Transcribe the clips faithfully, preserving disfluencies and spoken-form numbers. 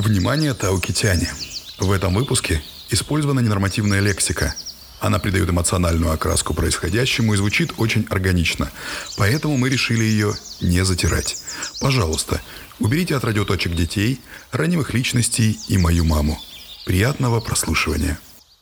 Внимание, таукитяне! В этом выпуске использована ненормативная лексика. Она придает эмоциональную окраску происходящему и звучит очень органично. Поэтому мы решили ее не затирать. Пожалуйста, уберите от радиоточек детей, ранимых личностей и мою маму. Приятного прослушивания.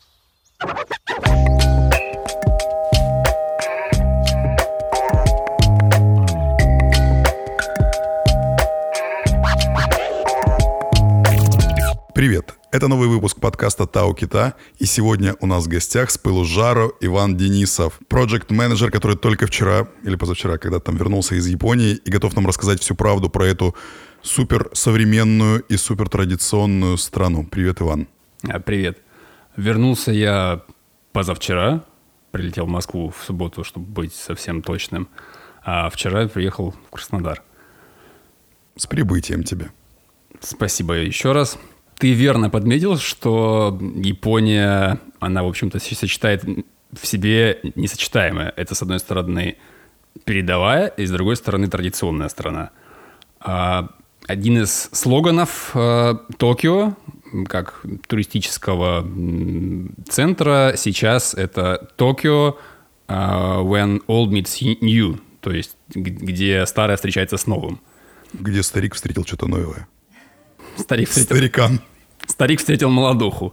Привет! Это новый выпуск подкаста «Тау Кита», и сегодня у нас в гостях с пылу с жару Иван Денисов, проект-менеджер, который только вчера или позавчера когда-то там вернулся из Японии и готов нам рассказать всю правду про эту суперсовременную и супертрадиционную страну. Привет, Иван. Привет. Вернулся я позавчера, прилетел в Москву в субботу, чтобы быть совсем точным, а вчера приехал в Краснодар. С прибытием тебя. Спасибо еще раз. Ты верно подметил, что Япония, она, в общем-то, сочетает в себе несочетаемое. Это, с одной стороны, передовая, и, с другой стороны, традиционная страна. Один из слоганов Токио, как туристического центра, сейчас это «Токио when old meets new», то есть где старое встречается с новым. Где старик встретил что-то новое. Старик встретил, Старикан. Старик встретил молодуху.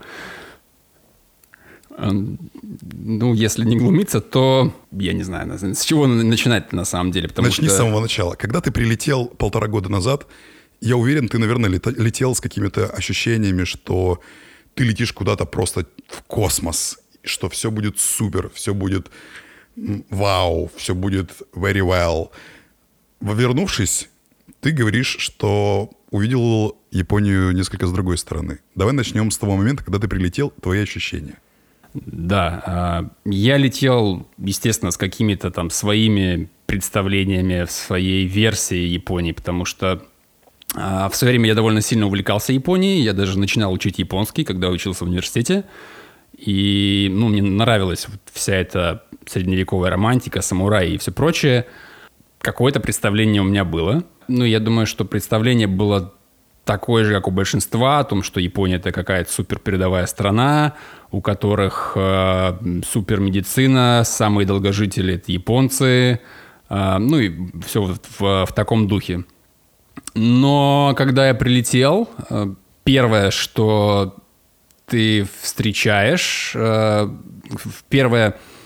Ну, если не глумиться, то я не знаю, с чего начинать на самом деле. Начни что... с самого начала. Когда ты прилетел полтора года назад, я уверен, ты, наверное, летел с какими-то ощущениями, что ты летишь куда-то просто в космос, что все будет супер, все будет вау, все будет very well. Вернувшись, ты говоришь, что увидел Японию несколько с другой стороны. Давай начнем с того момента, когда ты прилетел, твои ощущения. Да, я летел, естественно, с какими-то там своими представлениями в своей версии Японии, потому что в свое время я довольно сильно увлекался Японией, я даже начинал учить японский, когда учился в университете, и ну, мне нравилась вся эта средневековая романтика, самураи и все прочее. Какое-то представление у меня было. Ну, я думаю, что представление было такое же, как у большинства, о том, что Япония – это какая-то суперпередовая страна, у которых э, супермедицина, самые долгожители – это японцы, э, ну и все в, в, в таком духе. Но когда я прилетел, э, первое, что ты встречаешь, э, первое –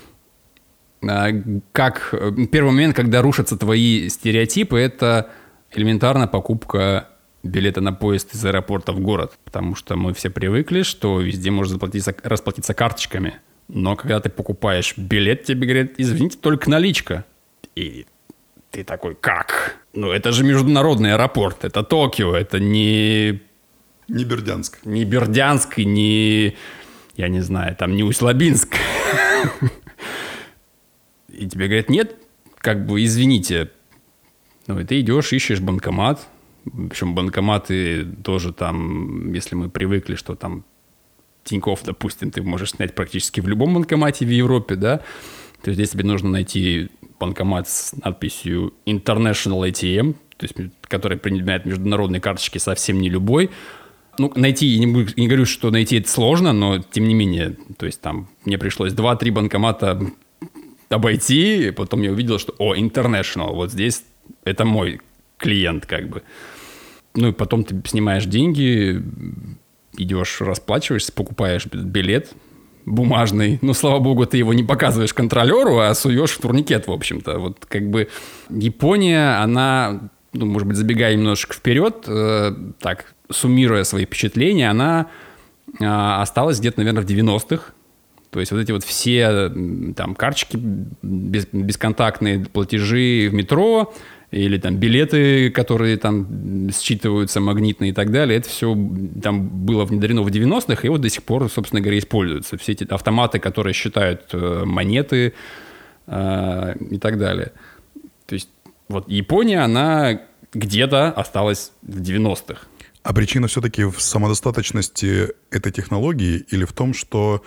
как первый момент, когда рушатся твои стереотипы, это элементарно покупка билета на поезд из аэропорта в город. Потому что мы все привыкли, что везде можно заплатиться, расплатиться карточками. Но когда ты покупаешь билет, тебе говорят: извините, только наличка. И ты такой: как? Ну, это же международный аэропорт, это Токио, это не... Не Бердянск. Не Бердянск, не... Я не знаю, там не Усть-Лабинск. И тебе говорят: нет, как бы, извините. Ну, и ты идешь, ищешь банкомат. Причем банкоматы тоже там, если мы привыкли, что там Тинькофф, допустим, ты можешь снять практически в любом банкомате в Европе, да? То есть здесь тебе нужно найти банкомат с надписью International эй ти эм, то есть, который принимает международные карточки, совсем не любой. Ну, найти, я не, буду, не говорю, что найти это сложно, но тем не менее, то есть там мне пришлось два-три банкомата обойти, и потом я увидел, что, о, International, вот здесь это мой клиент, как бы. Ну, и потом ты снимаешь деньги, идешь, расплачиваешься, покупаешь билет бумажный. Ну, слава богу, ты его не показываешь контролеру, а суешь в турникет, в общем-то. Вот, как бы, Япония, она, ну, может быть, забегая немножечко вперед, э, так, суммируя свои впечатления, она э, осталась где-то, наверное, в девяностых. То есть вот эти вот все там карточки, без, бесконтактные платежи в метро или там билеты, которые там считываются магнитно и так далее, это все там было внедрено в девяностых, и вот до сих пор, собственно говоря, используются. Все эти автоматы, которые считают э, монеты э, и так далее. То есть вот Япония, она где-то осталась в девяностых. А причина все-таки в самодостаточности этой технологии или в том, что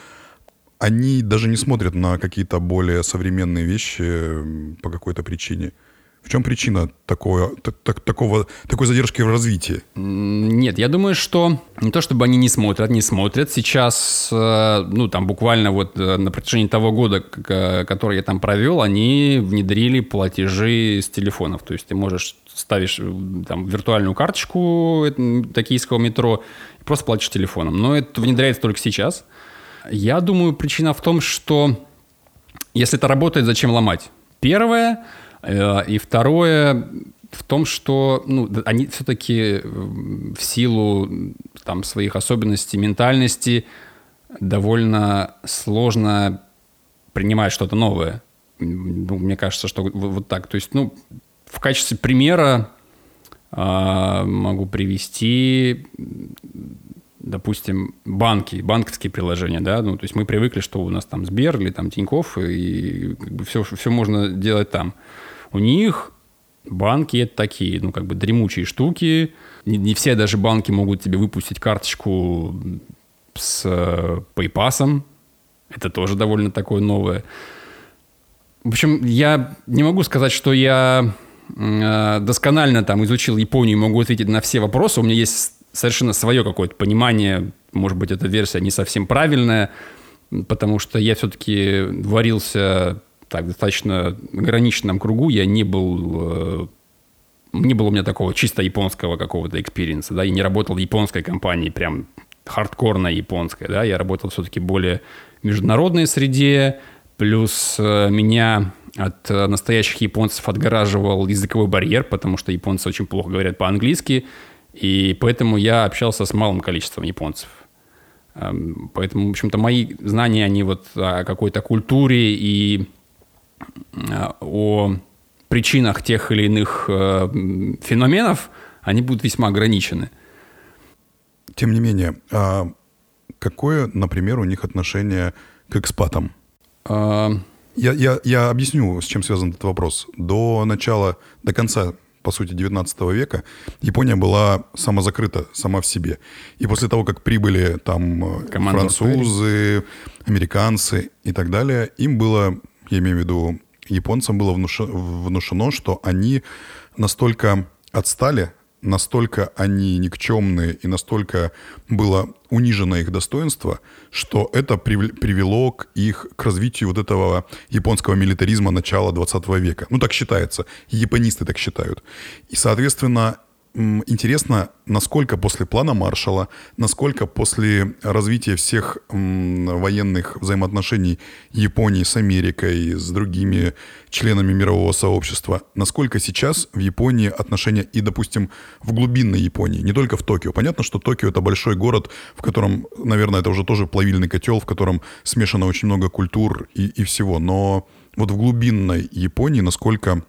они даже не смотрят на какие-то более современные вещи по какой-то причине? В чем причина такого, так, такого, такой задержки в развитии? Нет, я думаю, что не то чтобы они не смотрят, не смотрят. Сейчас, ну, там буквально вот на протяжении того года, который я там провел, они внедрили платежи с телефонов. То есть ты можешь, ставишь там виртуальную карточку токийского метро и просто платишь телефоном. Но это внедряется только сейчас. Я думаю, причина в том, что если это работает, зачем ломать? Первое... И второе в том, что ну, они все-таки в силу там, своих особенностей ментальности довольно сложно принимают что-то новое. Ну, мне кажется, что вот так. То есть, ну, в качестве примера э, могу привести, допустим, банки, банковские приложения, да, ну, то есть мы привыкли, что у нас там Сбер или там Тинькофф, и как бы все, все можно делать там. У них банки это такие, ну, как бы дремучие штуки. Не, не все даже банки могут тебе выпустить карточку с PayPass. Это тоже довольно такое новое. В общем, я не могу сказать, что я э, досконально там изучил Японию и могу ответить на все вопросы. У меня есть совершенно свое какое-то понимание. Может быть, эта версия не совсем правильная, потому что я все-таки варился так, в достаточно ограниченном кругу. Я не был... Э, не было у меня такого чисто японского какого-то экспириенса. Да? Я не работал в японской компании, прям хардкорной японской. Да? Я работал все-таки более в международной среде. Плюс э, меня от э, настоящих японцев отгораживал языковой барьер, потому что японцы очень плохо говорят по-английски. И поэтому я общался с малым количеством японцев. Эм, поэтому, в общем-то, мои знания, они вот о какой-то культуре и э, о причинах тех или иных э, феноменов, они будут весьма ограничены. Тем не менее, а какое, например, у них отношение к экспатам? А... Я, я, я объясню, с чем связан этот вопрос. До начала, до конца, по сути, девятнадцатого века Япония была самозакрыта, сама в себе. И после того, как прибыли там Командор французы, американцы и так далее, им было, я имею в виду, японцам было внушено, что они настолько отстали, настолько они никчемные и настолько было унижено их достоинство, что это привело к их к развитию вот этого японского милитаризма начала двадцатого века. Ну, так считается. Японисты так считают. И, соответственно, интересно, насколько после плана Маршалла, насколько после развития всех военных взаимоотношений Японии с Америкой, с другими членами мирового сообщества, насколько сейчас в Японии отношения и, допустим, в глубинной Японии, не только в Токио. Понятно, что Токио — это большой город, в котором, наверное, это уже тоже плавильный котел, в котором смешано очень много культур и, и всего. Но вот в глубинной Японии насколько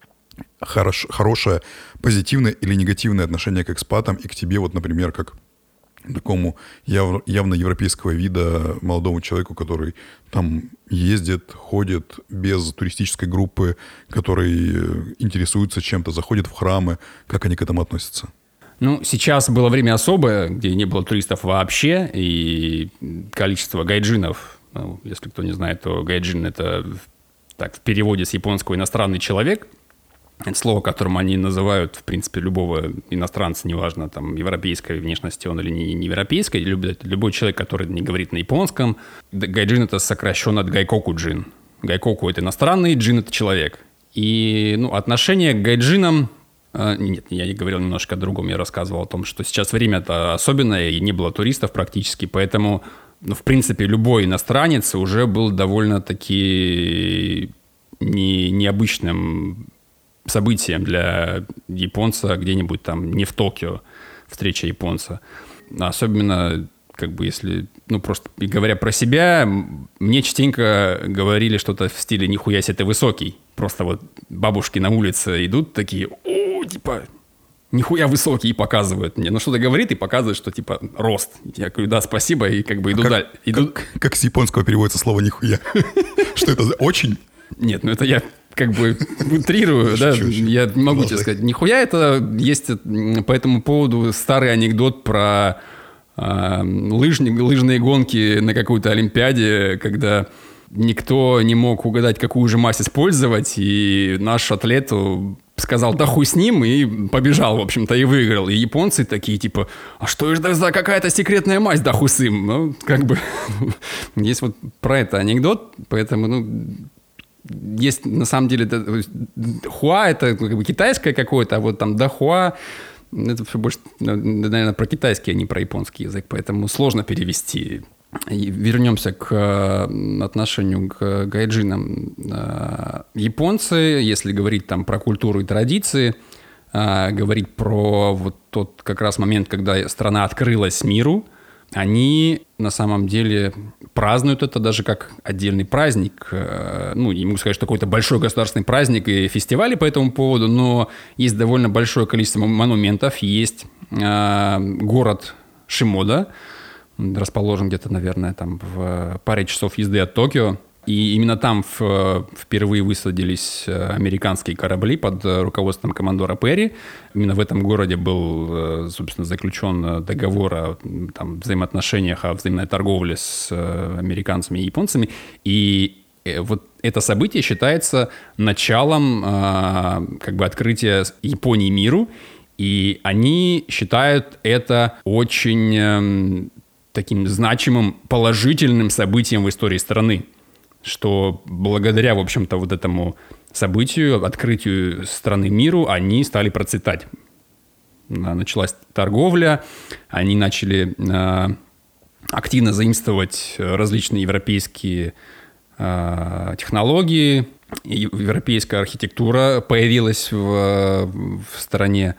Хорош, хорошее, позитивное или негативное отношение к экспатам и к тебе, вот, например, как такому яв, явно европейского вида молодому человеку, который там ездит, ходит без туристической группы, который интересуется чем-то, заходит в храмы. Как они к этому относятся? Ну, сейчас было время особое, где не было туристов вообще, и количество гайджинов, ну, если кто не знает, то гайджин — это так, в переводе с японского «иностранный человек». Это слово, которым они называют, в принципе, любого иностранца, неважно, там, европейской внешности он или не, не европейской, любой, любой человек, который не говорит на японском. Гайджин — это сокращенно от гайкоку-джин. Гайкоку — это иностранный, джин — это человек. И, ну, отношение к гайджинам... Э, нет, я не говорил немножко о другом. Я рассказывал о том, что сейчас время-то особенное, и не было туристов практически, поэтому, ну, в принципе, любой иностранец уже был довольно-таки не, необычным событием для японца где-нибудь там, не в Токио, встреча японца. Особенно, как бы, если, ну, просто говоря про себя, мне частенько говорили что-то в стиле «нихуя себе ты высокий». Просто вот бабушки на улице идут такие: «О, типа, нихуя высокий», и показывают мне. Ну, что-то говорит и показывает, что, типа, рост. Я говорю: да, спасибо, и как бы иду дальше. Как с японского переводится слово «нихуя»? Что это за «очень»? Нет, ну это я как бы утрирую, да, я не могу тебе сказать. Нихуя это есть по этому поводу старый анекдот про э, лыжни, лыжные гонки на какой-то олимпиаде, когда никто не мог угадать, какую же мазь использовать, и наш атлет сказал, да хуй с ним, и побежал, в общем-то, и выиграл. И японцы такие, типа, а что же это за какая-то секретная мазь, да хуй с ним? Ну, как бы, есть вот про это анекдот, поэтому, ну, есть, на самом деле, хуа, это как бы китайское какое-то, а вот там дахуа, это все больше, наверное, про китайский, а не про японский язык, поэтому сложно перевести. И вернемся к отношению к гайджинам. Японцы, если говорить там про культуру и традиции, говорить про вот тот как раз момент, когда страна открылась миру, они на самом деле празднуют это даже как отдельный праздник. Ну, не могу сказать, что какой-то большой государственный праздник и фестивали по этому поводу, но есть довольно большое количество монументов. Есть город Шимода, расположен где-то, наверное, там в паре часов езды от Токио. И именно там в, впервые высадились американские корабли под руководством командора Перри. Именно в этом городе был, собственно, заключен договор о там, взаимоотношениях, о взаимной торговле с американцами и японцами. И вот это событие считается началом как бы открытия Японии миру. И они считают это очень таким значимым, положительным событием в истории страны, что благодаря, в общем-то, вот этому событию, открытию страны миру, они стали процветать. Началась торговля, они начали э, активно заимствовать различные европейские э, технологии, и европейская архитектура появилась в, в стране.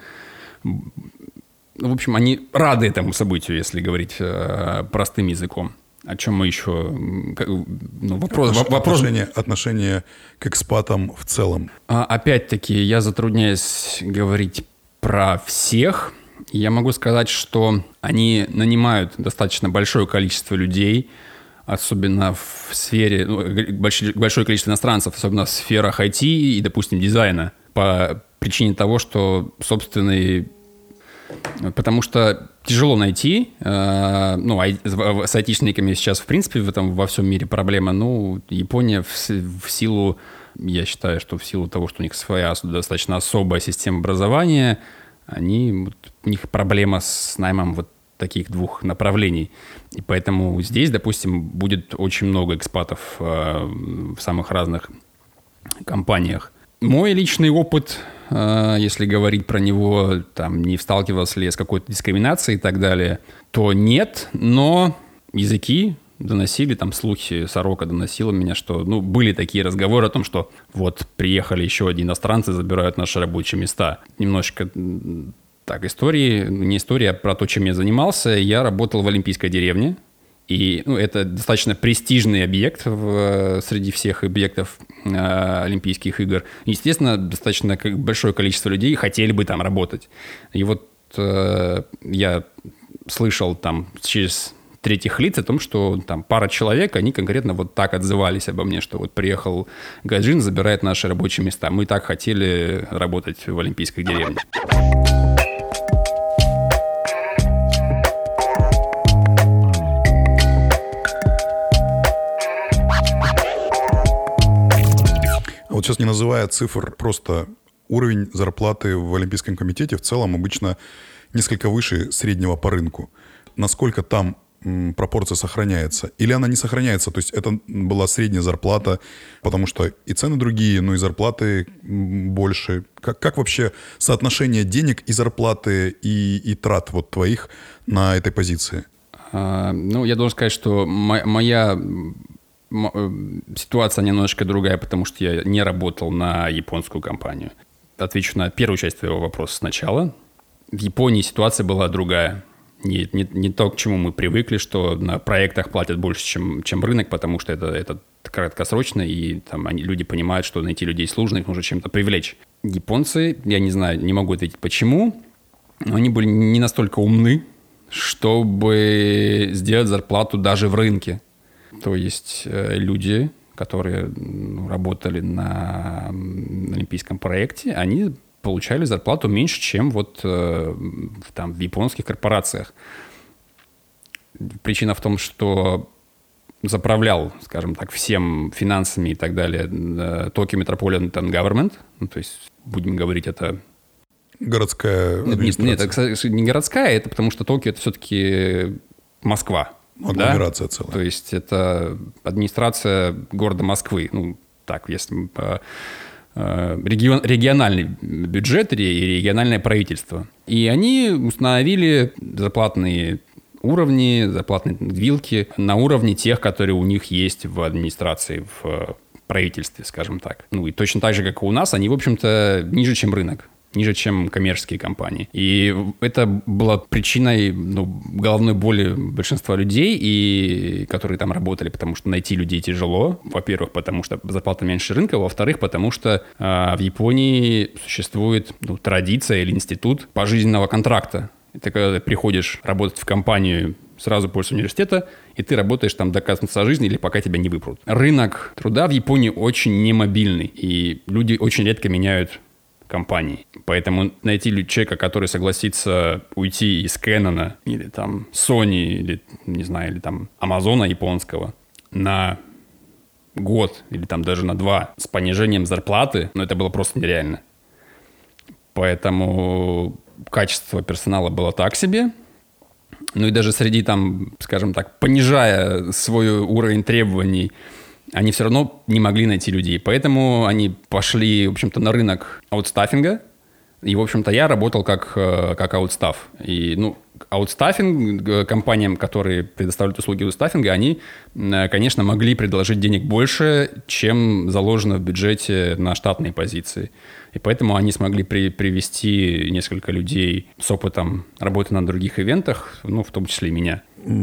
В общем, они рады этому событию, если говорить э, простым языком. О чем мы еще... Ну, вопрос, Отнош, вопрос... Отношение, отношение к экспатам в целом. А, опять-таки, я затрудняюсь говорить про всех. Я могу сказать, что они нанимают достаточно большое количество людей, особенно в сфере... Ну, большое, большое количество иностранцев, особенно в сферах ай ти и, допустим, дизайна. По причине того, что собственный... Потому что тяжело найти, э, ну, ай, с айтишниками сейчас, в принципе, в этом во всем мире проблема. Ну, Япония в, в силу, я считаю, что в силу того, что у них своя достаточно особая система образования, они, вот, у них проблема с наймом вот таких двух направлений. И поэтому здесь, допустим, будет очень много экспатов э, в самых разных компаниях. Мой личный опыт, если говорить про него, там, не сталкивался ли я с какой-то дискриминацией и так далее, то нет, но языки доносили, там, слухи, Сорока доносила меня, что, ну, были такие разговоры о том, что вот приехали еще одни иностранцы, забирают наши рабочие места. Немножечко так, истории, не история, а про то, чем я занимался. Я работал в Олимпийской деревне. И, ну, это достаточно престижный объект в, среди всех объектов э, Олимпийских игр. Естественно, достаточно большое количество людей хотели бы там работать. И вот э, я слышал там через третьих лиц о том, что там пара человек, они конкретно вот так отзывались обо мне, что вот приехал гайджин, забирает наши рабочие места. Мы так хотели работать в Олимпийской деревне. Вот сейчас, не называя цифр, просто уровень зарплаты в Олимпийском комитете в целом обычно несколько выше среднего по рынку. Насколько там м, пропорция сохраняется? Или она не сохраняется? То есть это была средняя зарплата, потому что и цены другие, но и зарплаты больше. Как, как вообще соотношение денег и зарплаты, и, и трат вот твоих на этой позиции? А, ну, я должен сказать, что мо- моя... Ситуация немножечко другая, потому что я не работал на японскую компанию. Отвечу на первую часть твоего вопроса сначала. В Японии ситуация была другая. Не, не, не то, к чему мы привыкли, что на проектах платят больше, чем, чем рынок, потому что это, это краткосрочно, и там они, люди понимают, что найти людей сложно, их нужно чем-то привлечь. Японцы, я не знаю, не могу ответить почему, но они были не настолько умны, чтобы сделать зарплату даже в рынке. То есть э, люди, которые ну, работали на олимпийском проекте, они получали зарплату меньше, чем вот э, там в японских корпорациях. Причина в том, что заправлял, скажем так, всем финансами и так далее Tokyo Metropolitan Government. Ну, то есть, будем говорить, это... Городская администрация. Нет, нет, это не городская, это потому что Токио — это все-таки Москва. Агломерация да? целая. То есть это администрация города Москвы. Ну, так, если по регион, региональный бюджет и региональное правительство. И они установили зарплатные уровни, зарплатные вилки на уровне тех, которые у них есть в администрации, в правительстве, скажем так. Ну и точно так же, как и у нас, они, в общем-то, ниже, чем рынок. Ниже, чем коммерческие компании. И это было причиной, ну, головной боли большинства людей, и, которые там работали, потому что найти людей тяжело. Во-первых, потому что зарплата меньше рынка. Во-вторых, потому что э, в Японии существует, ну, традиция или институт пожизненного контракта. Это когда ты приходишь работать в компанию сразу после университета, и ты работаешь там до конца жизни или пока тебя не выпрут. Рынок труда в Японии очень немобильный, и люди очень редко меняют компании. Поэтому найти человека, который согласится уйти из Canon или там Sony, или, не знаю, или там Амазона японского на год или там даже на два с понижением зарплаты, ну, это было просто нереально. Поэтому качество персонала было так себе. Ну и даже среди там, скажем так, понижая свой уровень требований, они все равно не могли найти людей. Поэтому они пошли, в общем-то, на рынок аутстаффинга. И, в общем-то, я работал как, как аутстафф. И, ну, аутстаффинг, компаниям, которые предоставляют услуги аутстаффинга, они, конечно, могли предложить денег больше, чем заложено в бюджете на штатные позиции. И поэтому они смогли при, привести несколько людей с опытом работы на других ивентах, ну, в том числе и меня.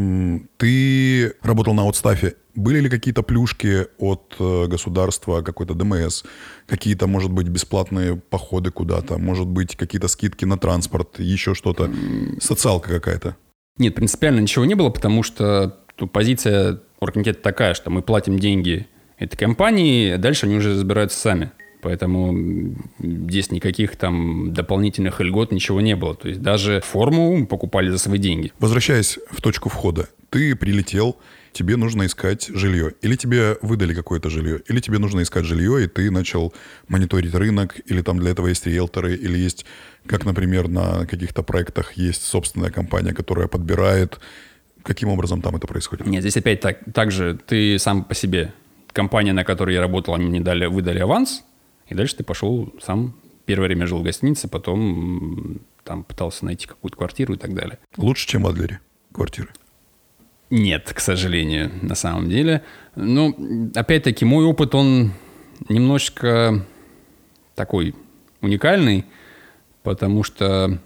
Ты работал на аутстаффе. Были ли какие-то плюшки от государства, какой-то ДМС, какие-то, может быть, бесплатные походы куда-то, может быть, какие-то скидки на транспорт, еще что-то, социалка какая-то? Нет, принципиально ничего не было, потому что ну, позиция оргкомитета такая, что мы платим деньги этой компании, а дальше они уже разбираются сами. Поэтому здесь никаких там дополнительных льгот, ничего не было. То есть даже форму мы покупали за свои деньги. Возвращаясь в точку входа, ты прилетел, тебе нужно искать жилье. Или тебе выдали какое-то жилье, или тебе нужно искать жилье, и ты начал мониторить рынок, или там для этого есть риэлторы, или есть, как, например, на каких-то проектах есть собственная компания, которая подбирает. Каким образом там это происходит? Нет, здесь опять так, так же ты сам по себе. Компания, на которой я работал, они мне дали, выдали аванс, и дальше ты пошел сам. Первое время жил в гостинице, потом там пытался найти какую-то квартиру и так далее. Лучше, чем в Адлере квартиры? Нет, к сожалению, на самом деле. Ну, опять-таки, мой опыт, он немножечко такой уникальный, потому что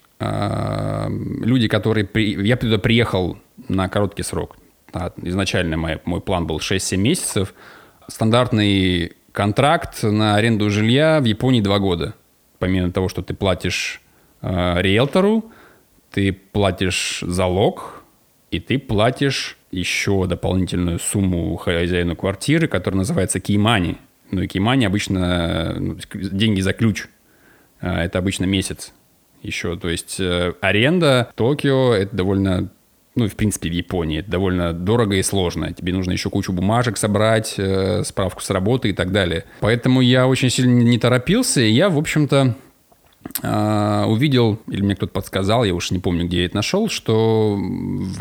э, люди, которые... При... Я туда приехал на короткий срок. Изначально мой, мой план был шесть-семь месяцев. Стандартный контракт на аренду жилья в Японии два года. Помимо того, что ты платишь э, риэлтору, ты платишь залог, и ты платишь еще дополнительную сумму хозяину квартиры, которая называется кеймани. Ну и кеймани обычно ну, деньги за ключ. Э, это обычно месяц еще. То есть э, аренда в Токио – это довольно... Ну, в принципе, в Японии это довольно дорого и сложно. Тебе нужно еще кучу бумажек собрать, э, справку с работы и так далее. Поэтому я очень сильно не торопился, и я, в общем-то, э, увидел, или мне кто-то подсказал, я уж не помню, где я это нашел, что в,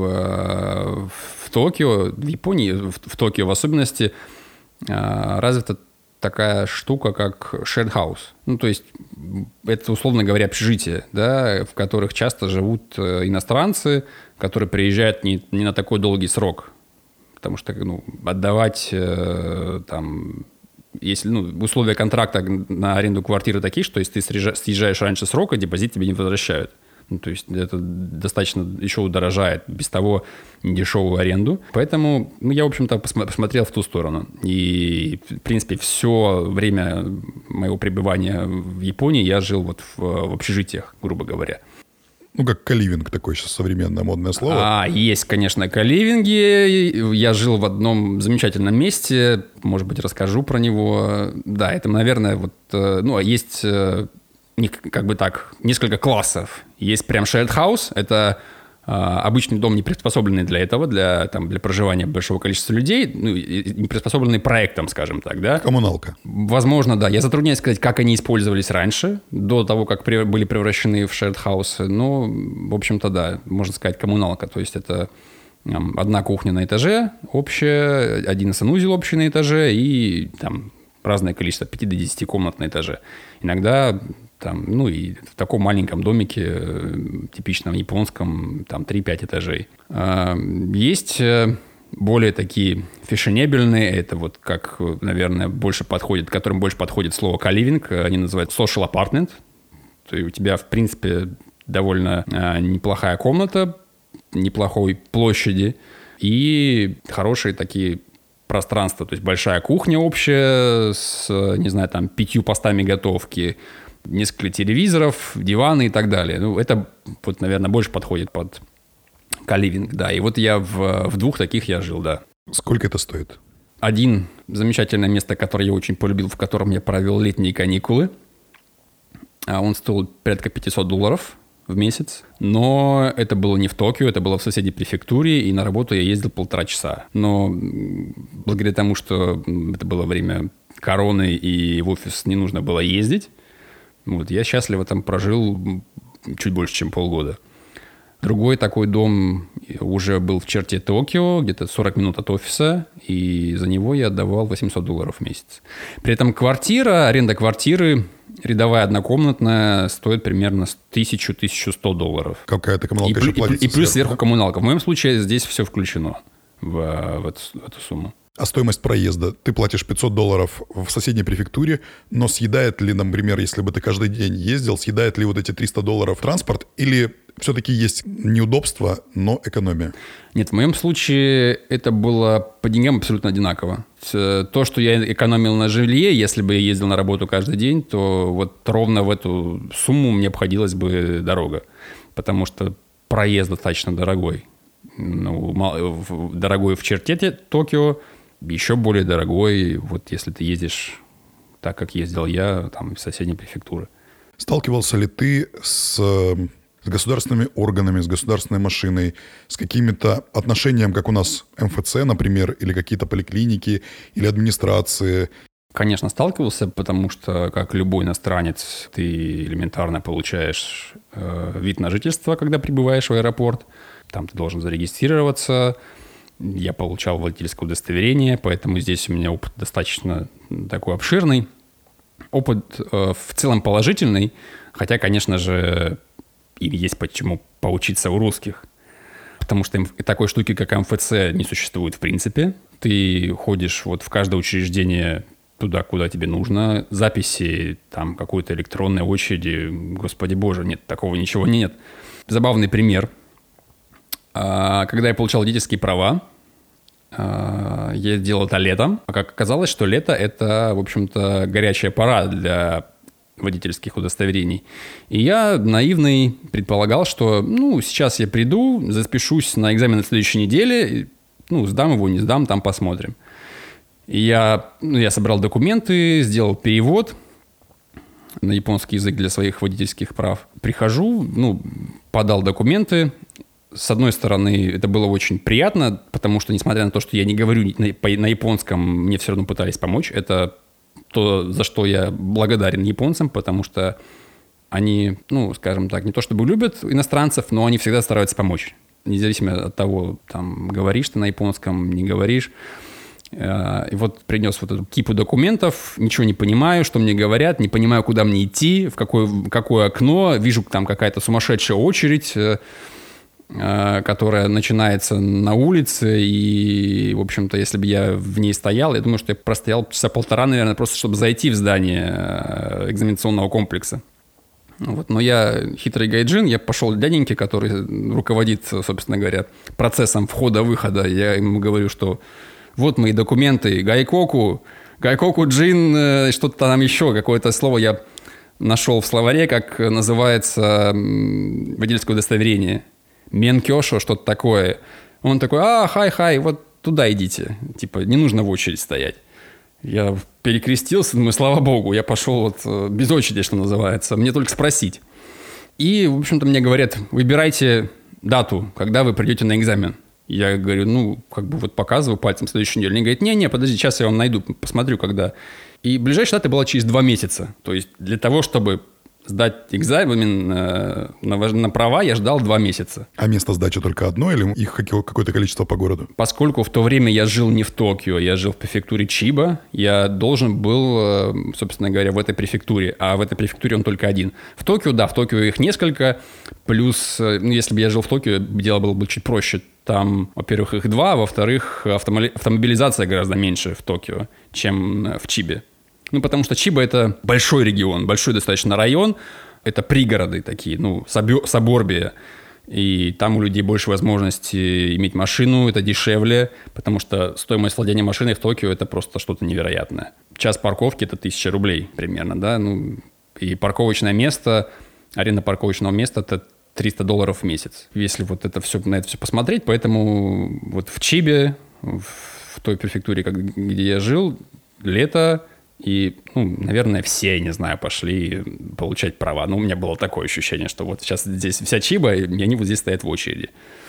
в Токио, в Японии, в, в Токио в особенности, э, развита такая штука, как shared house. Ну, то есть, это, условно говоря, общежитие, да, в которых часто живут иностранцы, которые приезжают не, не на такой долгий срок. Потому что ну, отдавать э, там... Если ну, условия контракта на аренду квартиры такие, что если ты съезжаешь раньше срока, депозит тебе не возвращают. Ну, то есть это достаточно еще удорожает без того недешевую аренду. Поэтому ну, я, в общем-то, посмотрел в ту сторону. И, в принципе, все время моего пребывания в Японии я жил вот в, в общежитиях, грубо говоря. Ну, как коливинг такое сейчас современное модное слово. А, есть, конечно, коливинги. Я жил в одном замечательном месте. Может быть, расскажу про него. Да, это, наверное, вот... Ну, есть... как бы так, несколько классов. Есть прям shared house, это А, обычный дом не приспособленный для этого, для, там, для проживания большого количества людей, ну, не приспособленный проектом, скажем так, да? Коммуналка. Возможно, да. Я затрудняюсь сказать, как они использовались раньше, до того, как при, были превращены в shared house. Но, в общем-то, да, можно сказать, коммуналка. То есть это там, одна кухня на этаже общая, один санузел общий на этаже и там разное количество, от пяти до десяти комнат на этаже. Иногда... Там, ну и в таком маленьком домике, типичном японском, там три-пять этажей. Есть более такие фешенебельные, это вот как, наверное, больше подходит, которым больше подходит слово co-living, они называют social apartment. То есть у тебя, в принципе, довольно неплохая комната, неплохой площади и хорошие такие пространства. То есть большая кухня общая с, не знаю, там пятью постами готовки, несколько телевизоров, диваны и так далее. Ну, это, вот, наверное, больше подходит под co-living, да. И вот я в, в двух таких я жил, да. Сколько это стоит? Один замечательное место, которое я очень полюбил, в котором я провел летние каникулы. Он стоил порядка пятьсот долларов в месяц. Но это было не в Токио, это было в соседней префектуре, и на работу я ездил полтора часа. Но благодаря тому, что это было время короны, и в офис не нужно было ездить, вот, я счастливо там прожил чуть больше, чем полгода. Другой такой дом уже был в черте Токио, где-то сорок минут от офиса, и за него я отдавал восемьсот долларов в месяц. При этом квартира, аренда квартиры, рядовая однокомнатная, стоит примерно тысячу - тысячу сто долларов. Какая-то коммуналка и, еще и, платится и плюс сверху, сверху да? коммуналка. В моем случае здесь все включено в, в, эту, в эту сумму. А стоимость проезда? Ты платишь пятьсот долларов в соседней префектуре, но съедает ли, например, если бы ты каждый день ездил, съедает ли вот эти триста долларов транспорт? Или все-таки есть неудобства, но экономия? Нет, в моем случае это было по деньгам абсолютно одинаково. То, что я экономил на жилье, если бы я ездил на работу каждый день, то вот ровно в эту сумму мне обходилась бы дорога. Потому что проезд достаточно дорогой. Ну, дорогой в черте Токио, еще более дорогой, вот если ты ездишь так, как ездил я, там, в соседней префектуры. Сталкивался ли ты с, с государственными органами, с государственной машиной, с какими-то отношением, как у нас эм эф цэ, например, или какие-то поликлиники, или администрации? Конечно, сталкивался, потому что, как любой иностранец, ты элементарно получаешь э, вид на жительство, когда прибываешь в аэропорт. Там ты должен зарегистрироваться. Я получал водительское удостоверение, поэтому здесь у меня опыт достаточно такой обширный. Опыт э, в целом положительный, хотя, конечно же, и есть почему поучиться у русских. Потому что такой штуки, как эм эф цэ, не существует в принципе. Ты ходишь вот в каждое учреждение туда, куда тебе нужно. Записи, там, какой-то электронной очереди. Господи боже, нет, такого ничего нет. Забавный пример. Когда я получал водительские права, я делал это летом. А как оказалось, что лето – это, в общем-то, горячая пора для водительских удостоверений. И я, наивный, предполагал, что, ну, сейчас я приду, запишусь на экзамен на следующей неделе, ну, сдам его, не сдам, там посмотрим. И я, ну, я собрал документы, сделал перевод на японский язык для своих водительских прав. Прихожу, ну, подал документы. С одной стороны, это было очень приятно, потому что, несмотря на то, что я не говорю на, на японском, мне все равно пытались помочь. Это то, за что я благодарен японцам, потому что они, ну, скажем так, не то чтобы любят иностранцев, но они всегда стараются помочь. Независимо от того, там, говоришь ты на японском, не говоришь. И вот принес вот эту кипу документов, ничего не понимаю, что мне говорят, не понимаю, куда мне идти, в какое, в какое окно, вижу, там какая-то сумасшедшая очередь, которая начинается на улице, и, в общем-то, если бы я в ней стоял, я думаю, что я простоял часа полтора, наверное, просто чтобы зайти в здание экзаменационного комплекса. Вот. Но я хитрый гайджин, я пошел к дяденьке, который руководит, собственно говоря, процессом входа-выхода. Я ему говорю, что вот мои документы, гайкоку, гайкоку-джин, что-то там еще, какое-то слово я нашел в словаре, как называется водительское удостоверение. Менкёшо, что-то такое. Он такой, а, хай-хай, вот туда идите. Типа, не нужно в очередь стоять. Я перекрестился, думаю, слава богу, я пошел вот без очереди, что называется. Мне только спросить. И, в общем-то, мне говорят, выбирайте дату, когда вы придете на экзамен. Я говорю, ну, как бы вот показываю пальцем следующую неделю. Они говорят, не-не, подожди, сейчас я вам найду, посмотрю, когда. И ближайшая дата была через два месяца. То есть для того, чтобы сдать экзамен э, на, на права, я ждал два месяца. А место сдачи только одно или их какое-то количество по городу? Поскольку в то время я жил не в Токио, я жил в префектуре Чиба, я должен был, э, собственно говоря, в этой префектуре. А в этой префектуре он только один. В Токио, да, в Токио их несколько. Плюс, э, ну, если бы я жил в Токио, дело было бы чуть проще. Там, во-первых, их два, а во-вторых, автомоли... автомобилизация гораздо меньше в Токио, чем в Чибе. Ну, потому что Чиба – это большой регион, большой достаточно район. Это пригороды такие, ну, саборбия. И там у людей больше возможностей иметь машину, это дешевле, потому что стоимость владения машиной в Токио – это просто что-то невероятное. Час парковки – это тысяча рублей примерно, да. Ну, и парковочное место, аренда парковочного места – это триста долларов в месяц. Если вот это все, на это все посмотреть, поэтому вот в Чибе, в той префектуре, где я жил, лето, и, ну, наверное, все, не знаю, пошли получать права. Ну, у меня было такое ощущение, что вот сейчас здесь вся Чиба, и они вот здесь стоят в очереди.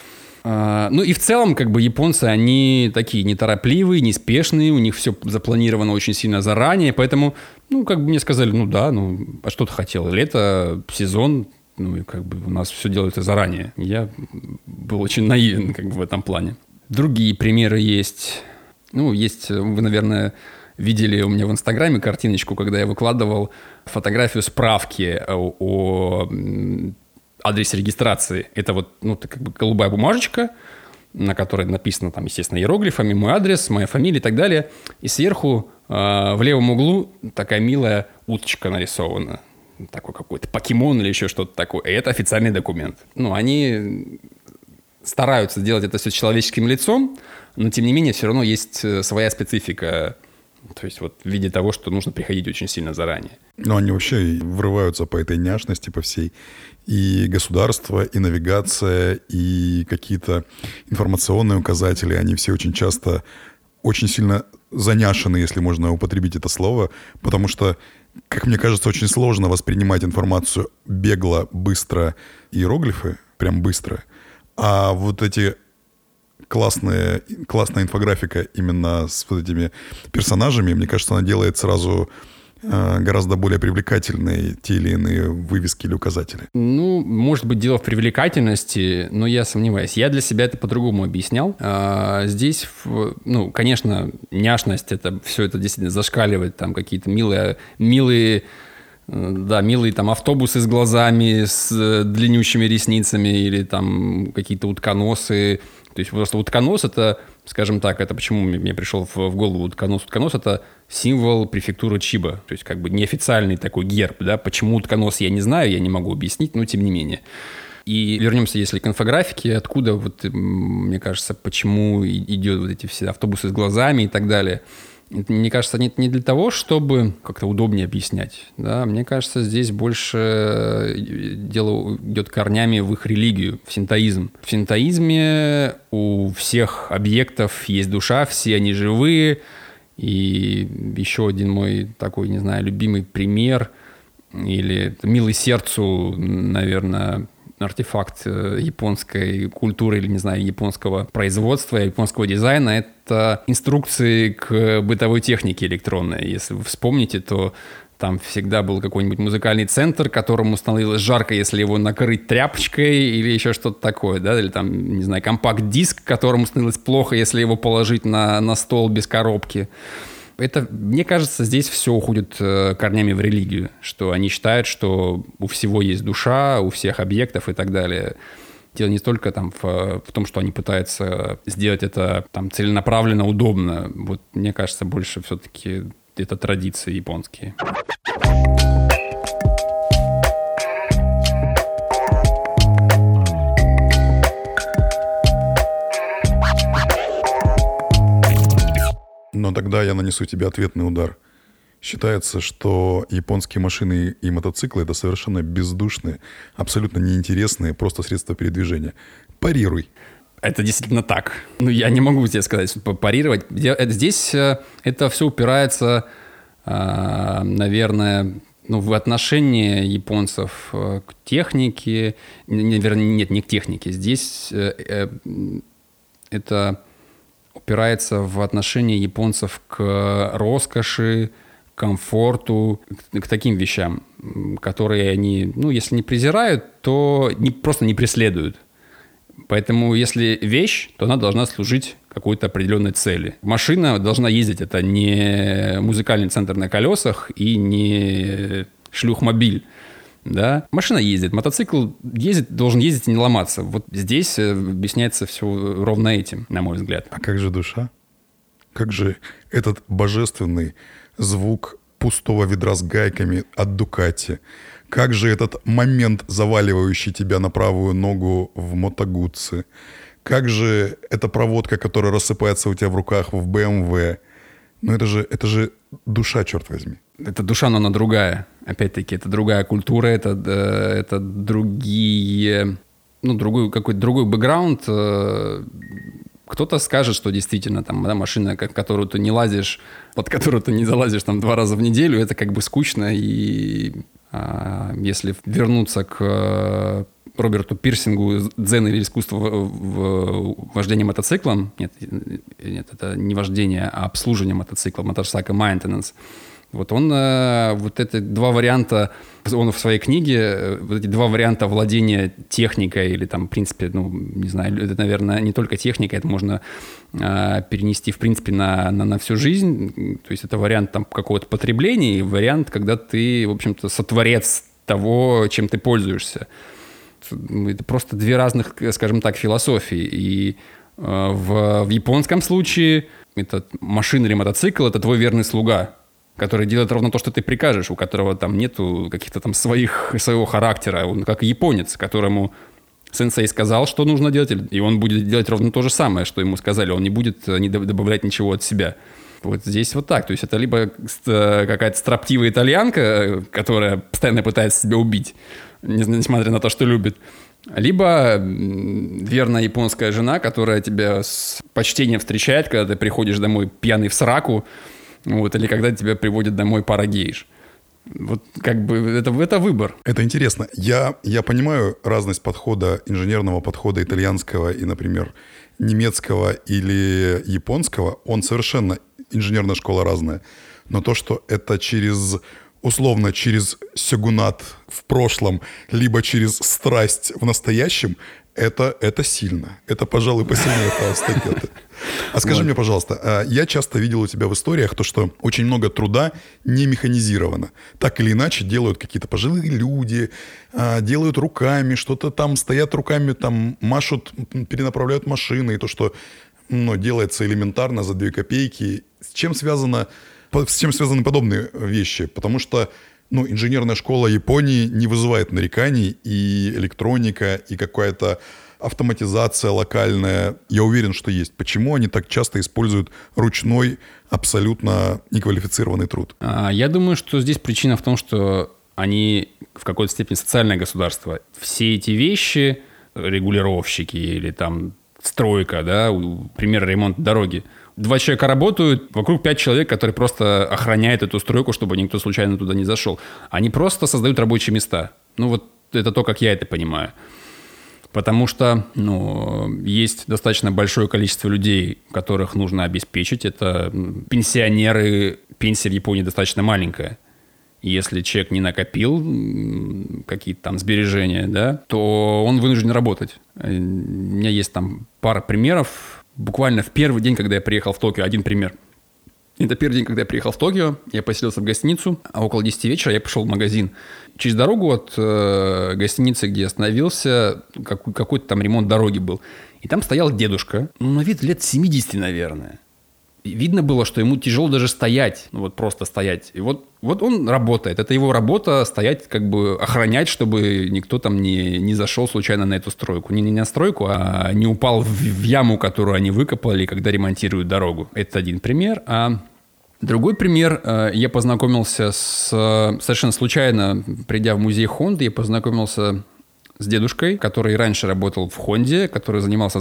А, ну, и в целом, как бы, японцы, они такие неторопливые, неспешные, у них все запланировано очень сильно заранее, поэтому, ну, как бы мне сказали, ну, да, ну, а что ты хотел? Лето, сезон, ну, и как бы у нас все делается заранее. Я был очень наивен, как бы, в этом плане. Другие примеры есть. Ну, есть, вы, наверное, видели у меня в Инстаграме картиночку, когда я выкладывал фотографию справки о, о адресе регистрации. Это вот, ну, как бы голубая бумажечка, на которой написано, там, естественно, иероглифами мой адрес, моя фамилия и так далее. И сверху э, в левом углу такая милая уточка нарисована. Такой какой-то покемон или еще что-то такое. И это официальный документ. Ну, они стараются сделать это все с человеческим лицом, но, тем не менее, все равно есть своя специфика. То есть вот в виде того, что нужно приходить очень сильно заранее. Но они вообще врываются по этой няшности, по всей. И государство, и навигация, и какие-то информационные указатели. Они все очень часто очень сильно заняшены, если можно употребить это слово. Потому что, как мне кажется, очень сложно воспринимать информацию бегло, быстро, иероглифы, прям быстро. А вот эти... Классная, классная инфографика именно с вот этими персонажами. Мне кажется, она делает сразу э, гораздо более привлекательные те или иные вывески или указатели. Ну, может быть, дело в привлекательности, но я сомневаюсь. Я для себя это по-другому объяснял. А, здесь, ну, конечно, няшность, это все это действительно зашкаливает. Там какие-то милые, милые, да, милые там автобусы с глазами, с длиннющими ресницами или там какие-то утконосы. То есть просто утконос – это, скажем так, это почему мне пришел в, в голову утконос. Утконос – это символ префектуры Чиба. То есть как бы неофициальный такой герб. Да? Почему утконос, я не знаю, я не могу объяснить, но тем не менее. И вернемся, если к инфографике, откуда, вот, мне кажется, почему идет вот эти все автобусы с глазами и так далее. Это, мне кажется, нет не для того, чтобы как-то удобнее объяснять. Да? Мне кажется, здесь больше дело идет корнями в их религию, в синтоизм. В синтоизме у всех объектов есть душа, все они живые. И еще один мой такой, не знаю, любимый пример или милый сердцу, наверное, артефакт японской культуры или, не знаю, японского производства, японского дизайна — это инструкции к бытовой технике электронной. Если вы вспомните, то там всегда был какой-нибудь музыкальный центр, которому становилось жарко, если его накрыть тряпочкой или еще что-то такое, да, или там, не знаю, компакт-диск, которому становилось плохо, если его положить на, на стол без коробки. Это, мне кажется, здесь все уходит э, корнями в религию, что они считают, что у всего есть душа, у всех объектов и так далее. Дело не только там в, в том, что они пытаются сделать это там целенаправленно, удобно. Вот мне кажется, больше все-таки это традиции японские. Но тогда я нанесу тебе ответный удар. Считается, что японские машины и мотоциклы — это совершенно бездушные, абсолютно неинтересные, просто средства передвижения. Парируй. Это действительно так. Ну, я не могу тебе сказать, парировать. Здесь это все упирается, наверное, ну, в отношении японцев к технике, не, вернее, нет, не к технике, здесь э, э, это упирается в отношении японцев к роскоши, комфорту, к, к таким вещам, которые они, ну, если не презирают, то не, просто не преследуют. Поэтому если вещь, то она должна служить какой-то определенной цели. Машина должна ездить, это не музыкальный центр на колесах и не шлюхмобиль. Да? Машина ездит, мотоцикл ездит, должен ездить и не ломаться. Вот здесь объясняется все ровно этим, на мой взгляд. А как же душа? Как же этот божественный звук пустого ведра с гайками от Дукати? Как же этот момент, заваливающий тебя на правую ногу в Moto Guzzi? Как же эта проводка, которая рассыпается у тебя в руках в бэ эм вэ? Ну это же, это же душа, черт возьми. Это душа, но она другая. Опять-таки, это другая культура, это, это другие... Ну, другой, какой-то другой бэкграунд. Кто-то скажет, что действительно там, да, машина, в которую ты не лазишь, под которую ты не залазишь там два раза в неделю, это как бы скучно. И а, если вернуться к Роберту Пирсингу, дзен или искусство вождения мотоциклом, нет, нет, это не вождение, а обслуживание мотоцикла, motorcycle maintenance. Вот он, вот эти два варианта, он в своей книге, вот эти два варианта владения техникой или там, в принципе, ну, не знаю, это, наверное, не только техника, это можно э, перенести, в принципе, на, на, на всю жизнь. То есть это вариант там какого-то потребления и вариант, когда ты, в общем-то, сотворец того, чем ты пользуешься. Это просто две разных, скажем так, философии. И э, в, в японском случае это машина или мотоцикл – это твой верный слуга, который делает ровно то, что ты прикажешь, у которого там нету каких-то там своих, своего характера. Он как японец, которому сенсей сказал, что нужно делать, и он будет делать ровно то же самое, что ему сказали. Он не будет не добавлять ничего от себя. Вот здесь вот так. То есть это либо какая-то строптивая итальянка, которая постоянно пытается себя убить, несмотря на то, что любит, либо верная японская жена, которая тебя с почтением встречает, когда ты приходишь домой пьяный в сраку, вот, или когда тебя приводят домой пара гейш. Вот как бы это, это выбор. Это интересно. Я, я понимаю разность подхода, инженерного подхода итальянского и, например, немецкого или японского. Он совершенно, инженерная школа разная. Но то, что это через, условно, через сёгунат в прошлом, либо через страсть в настоящем, это, это сильно. Это, пожалуй, посильнее Фаустагета. А скажи вот. мне, пожалуйста, я часто видел у тебя в историях то, что очень много труда не механизировано. Так или иначе делают какие-то пожилые люди, делают руками, что-то там стоят руками, там машут, перенаправляют машины. И то, что ну, делается элементарно за две копейки. С чем связано, с чем связаны подобные вещи? Потому что ну, инженерная школа Японии не вызывает нареканий, и электроника, и какая-то автоматизация локальная, я уверен, что есть. Почему они так часто используют ручной, абсолютно неквалифицированный труд? Я думаю, что здесь причина в том, что они в какой-то степени социальное государство. Все эти вещи, регулировщики или там стройка, да, пример ремонт дороги, два человека работают, вокруг пять человек, которые просто охраняют эту стройку, чтобы никто случайно туда не зашел. Они просто создают рабочие места. Ну вот это то, как я это понимаю. Потому что ну, есть достаточно большое количество людей, которых нужно обеспечить. Это пенсионеры, пенсия в Японии достаточно маленькая. Если человек не накопил какие-то там сбережения, да, то он вынужден работать. У меня есть там пара примеров. Буквально в первый день, когда я приехал в Токио, один пример. Это первый день, когда я приехал в Токио, я поселился в гостиницу, а около десяти вечера я пошел в магазин. Через дорогу от э, гостиницы, где я остановился, как, какой-то там ремонт дороги был. И там стоял дедушка, ну, на вид лет семидесяти, наверное. И видно было, что ему тяжело даже стоять, ну, вот просто стоять. И вот, вот он работает, это его работа стоять, как бы охранять, чтобы никто там не, не зашел случайно на эту стройку. Не, не на стройку, а не упал в, в яму, которую они выкопали, когда ремонтируют дорогу. Это один пример. А другой пример, я познакомился с... Совершенно случайно, придя в музей Хонды, я познакомился с дедушкой, который раньше работал в Хонде, который занимался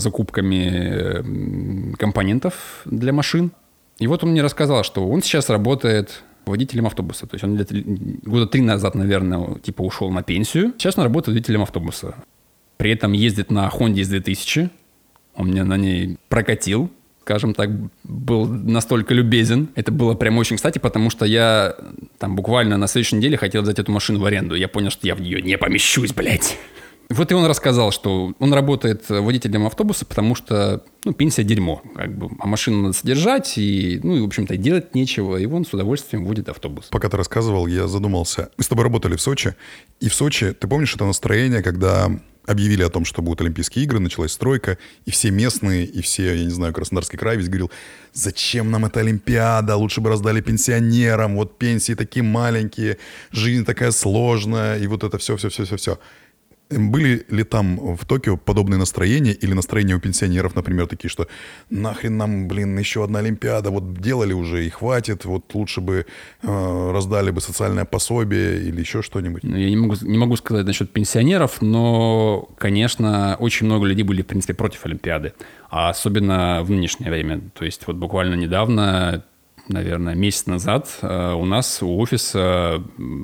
закупками компонентов для машин. И вот он мне рассказал, что он сейчас работает водителем автобуса. То есть он где-то года три назад, наверное, типа ушел на пенсию. Сейчас он работает водителем автобуса. При этом ездит на Honda эс две тысячи. Он меня на ней прокатил, скажем так, был настолько любезен. Это было прям очень кстати, потому что я там буквально на следующей неделе хотел взять эту машину в аренду. Я понял, что я в нее не помещусь, блядь. Вот и он рассказал, что он работает водителем автобуса, потому что, ну, пенсия дерьмо. Как бы, а машину надо содержать, и, ну, и, в общем-то, делать нечего. И он с удовольствием водит автобус. Пока ты рассказывал, я задумался. Мы с тобой работали в Сочи. И в Сочи, ты помнишь это настроение, когда объявили о том, что будут Олимпийские игры, началась стройка, и все местные, и все, я не знаю, Краснодарский край весь говорил, зачем нам эта Олимпиада, лучше бы раздали пенсионерам, вот пенсии такие маленькие, жизнь такая сложная, и вот это все-все-все-все-все. Были ли там в Токио подобные настроения или настроения у пенсионеров, например, такие, что нахрен нам, блин, еще одна Олимпиада, вот делали уже и хватит, вот лучше бы э, раздали бы социальное пособие или еще что-нибудь? Я не могу, не могу сказать насчет пенсионеров, но, конечно, очень много людей были, в принципе, против Олимпиады, а особенно в нынешнее время. То есть вот буквально недавно, наверное, месяц назад у нас у офиса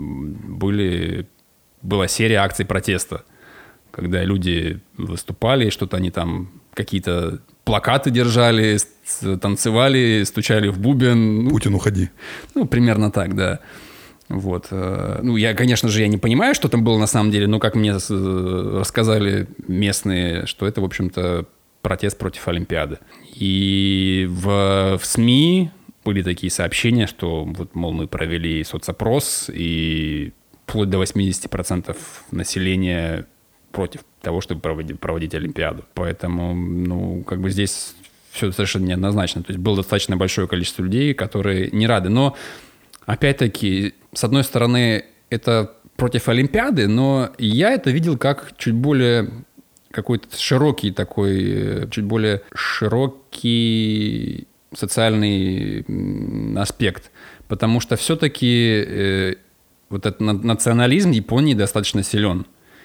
были... была серия акций протеста, когда люди выступали, что-то они там, какие-то плакаты держали, танцевали, стучали в бубен. Путин, уходи. Ну, примерно так, да. Вот. Ну, я, конечно же, я не понимаю, что там было на самом деле, но как мне рассказали местные, что это, в общем-то, протест против Олимпиады. И в, в СМИ были такие сообщения, что вот, мол, мы провели соцопрос, и вплоть до восемьдесят процентов населения против того, чтобы проводить, проводить Олимпиаду. Поэтому, ну, как бы здесь все совершенно неоднозначно. То есть было достаточно большое количество людей, которые не рады. Но, опять-таки, с одной стороны, это против Олимпиады, но я это видел как чуть более какой-то широкий такой, чуть более широкий социальный аспект. Потому что все-таки... Э, вот этот национализм Японии достаточно силен.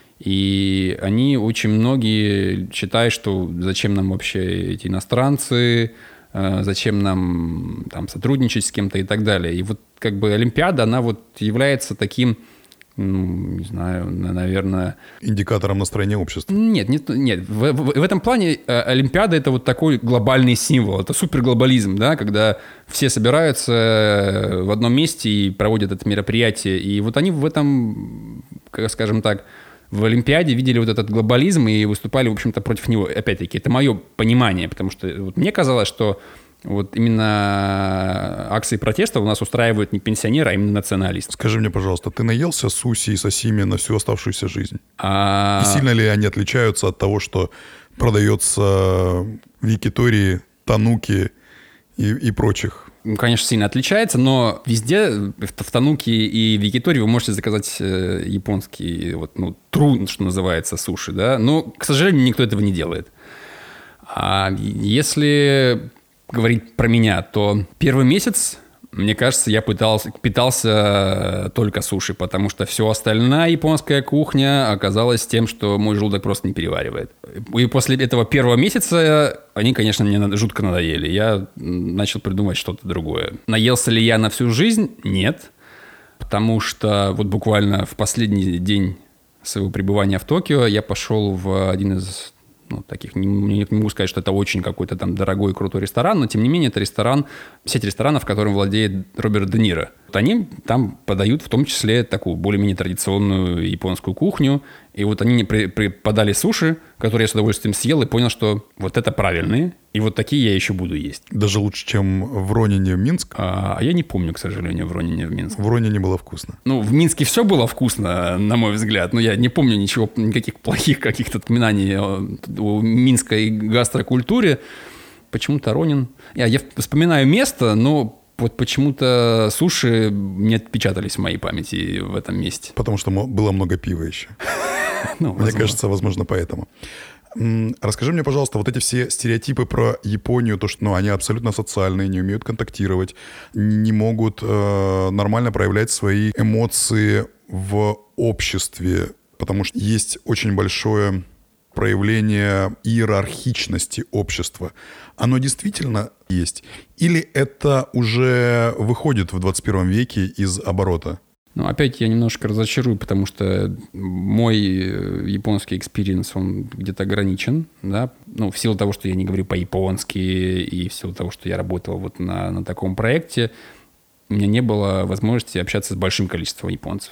И они очень многие считают, что зачем нам вообще эти иностранцы, зачем нам там сотрудничать с кем-то и так далее. И вот как бы Олимпиада, она вот является таким, ну, не знаю, наверное... индикатором настроения общества. Нет, нет, нет. В, в, в этом плане Олимпиада — это вот такой глобальный символ. Это суперглобализм, да, когда все собираются в одном месте и проводят это мероприятие. И вот они в этом, скажем так, в Олимпиаде видели вот этот глобализм и выступали, в общем-то, против него. Опять-таки, это мое понимание, потому что вот мне казалось, что вот именно акции протеста у нас устраивают не пенсионеры, а именно националисты. Скажи мне, пожалуйста, ты наелся суси и сосими на всю оставшуюся жизнь? А... И сильно ли они отличаются от того, что продается в якитории, тануки и, и прочих? Конечно, сильно отличается, но везде, в тануки и в якитории, вы можете заказать японский, вот, ну, тру, что называется, суши, да, но, к сожалению, никто этого не делает. А если... говорить про меня, то первый месяц, мне кажется, я пытался, питался только суши, потому что все остальная японская кухня оказалась тем, что мой желудок просто не переваривает. И после этого первого месяца они, конечно, мне жутко надоели. Я начал придумывать что-то другое. Наелся ли я на всю жизнь? Нет. Потому что вот буквально в последний день своего пребывания в Токио я пошел в один из... ну, таких, не, не могу сказать, что это очень какой-то там дорогой, крутой ресторан, но, тем не менее, это ресторан, сеть ресторанов, которым владеет Роберт Де Ниро. Вот они там подают в том числе такую более-менее традиционную японскую кухню, и вот они мне при, при, подали суши, которые я с удовольствием съел, и понял, что вот это правильные, и вот такие я еще буду есть. Даже лучше, чем в Ронине в Минск? А, а я не помню, к сожалению, в Ронине в Минск. В Ронине было вкусно. Ну, в Минске все было вкусно, на мой взгляд, но я не помню ничего, никаких плохих каких-то воспоминаний о, о минской гастрокультуре. Почему-то Ронин... Я, я вспоминаю место, но вот почему-то суши не отпечатались в моей памяти в этом месте. Потому что было много пива еще. Мне кажется, возможно, поэтому. Расскажи мне, пожалуйста, вот эти все стереотипы про Японию, то, что ну, они абсолютно социальные, не умеют контактировать, не могут э, нормально проявлять свои эмоции в обществе, потому что есть очень большое проявление иерархичности общества, оно действительно есть? Или это уже выходит в двадцать первом веке из оборота? Ну, опять я немножко разочарую, потому что мой японский экспириенс, он где-то ограничен, да, ну, в силу того, что я не говорю по-японски, и в силу того, что я работал вот на, на таком проекте, у меня не было возможности общаться с большим количеством японцев.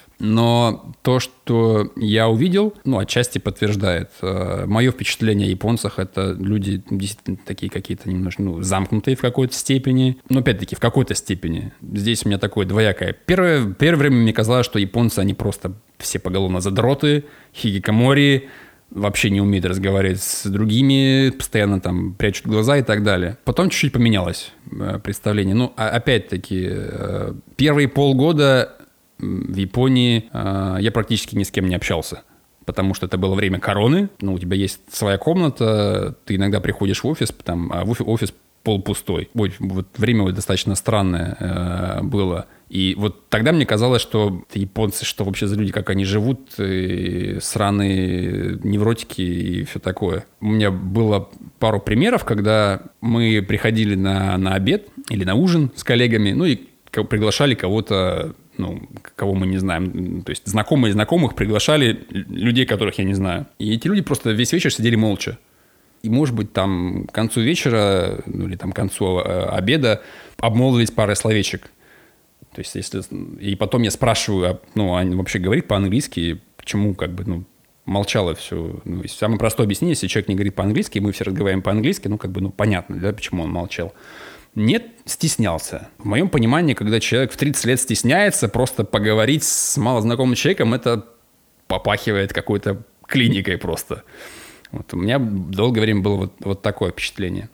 Но то, что я увидел, ну, отчасти подтверждает. Мое впечатление о японцах — это люди действительно такие какие-то немножко, ну, замкнутые в какой-то степени. Но, опять-таки, в какой-то степени. Здесь у меня такое двоякое. Первое, первое время мне казалось, что японцы, они просто все поголовно задроты, хикикомори, вообще не умеют разговаривать с другими, постоянно там прячут глаза и так далее. Потом чуть-чуть поменялось э, представление. Ну, а, опять-таки, э, первые полгода в Японии э, я практически ни с кем не общался, потому что это было время короны. Ну, у тебя есть своя комната, ты иногда приходишь в офис, там, а в офис полупустой. Ой, вот время вот достаточно странное э, было. И вот тогда мне казалось, что японцы, что вообще за люди, как они живут, и сраные невротики и все такое. У меня было пару примеров, когда мы приходили на, на обед или на ужин с коллегами, ну и приглашали кого-то, ну, кого мы не знаем. То есть знакомые знакомых приглашали людей, которых я не знаю. И эти люди просто весь вечер сидели молча. И, может быть, там к концу вечера, ну или там к концу э, обеда обмолвились парой словечек. То есть, если... И потом я спрашиваю, ну, он вообще говорит по-английски, почему, как бы, ну, молчало все. Ну, самое простое объяснение, если человек не говорит по-английски, и мы все разговариваем по-английски, ну, как бы, ну, понятно, да, почему он молчал. Нет, стеснялся. В моем понимании, когда человек в тридцать лет стесняется, просто поговорить с малознакомым человеком, это попахивает какой-то клиникой просто. Вот у меня долгое время было вот, вот такое впечатление.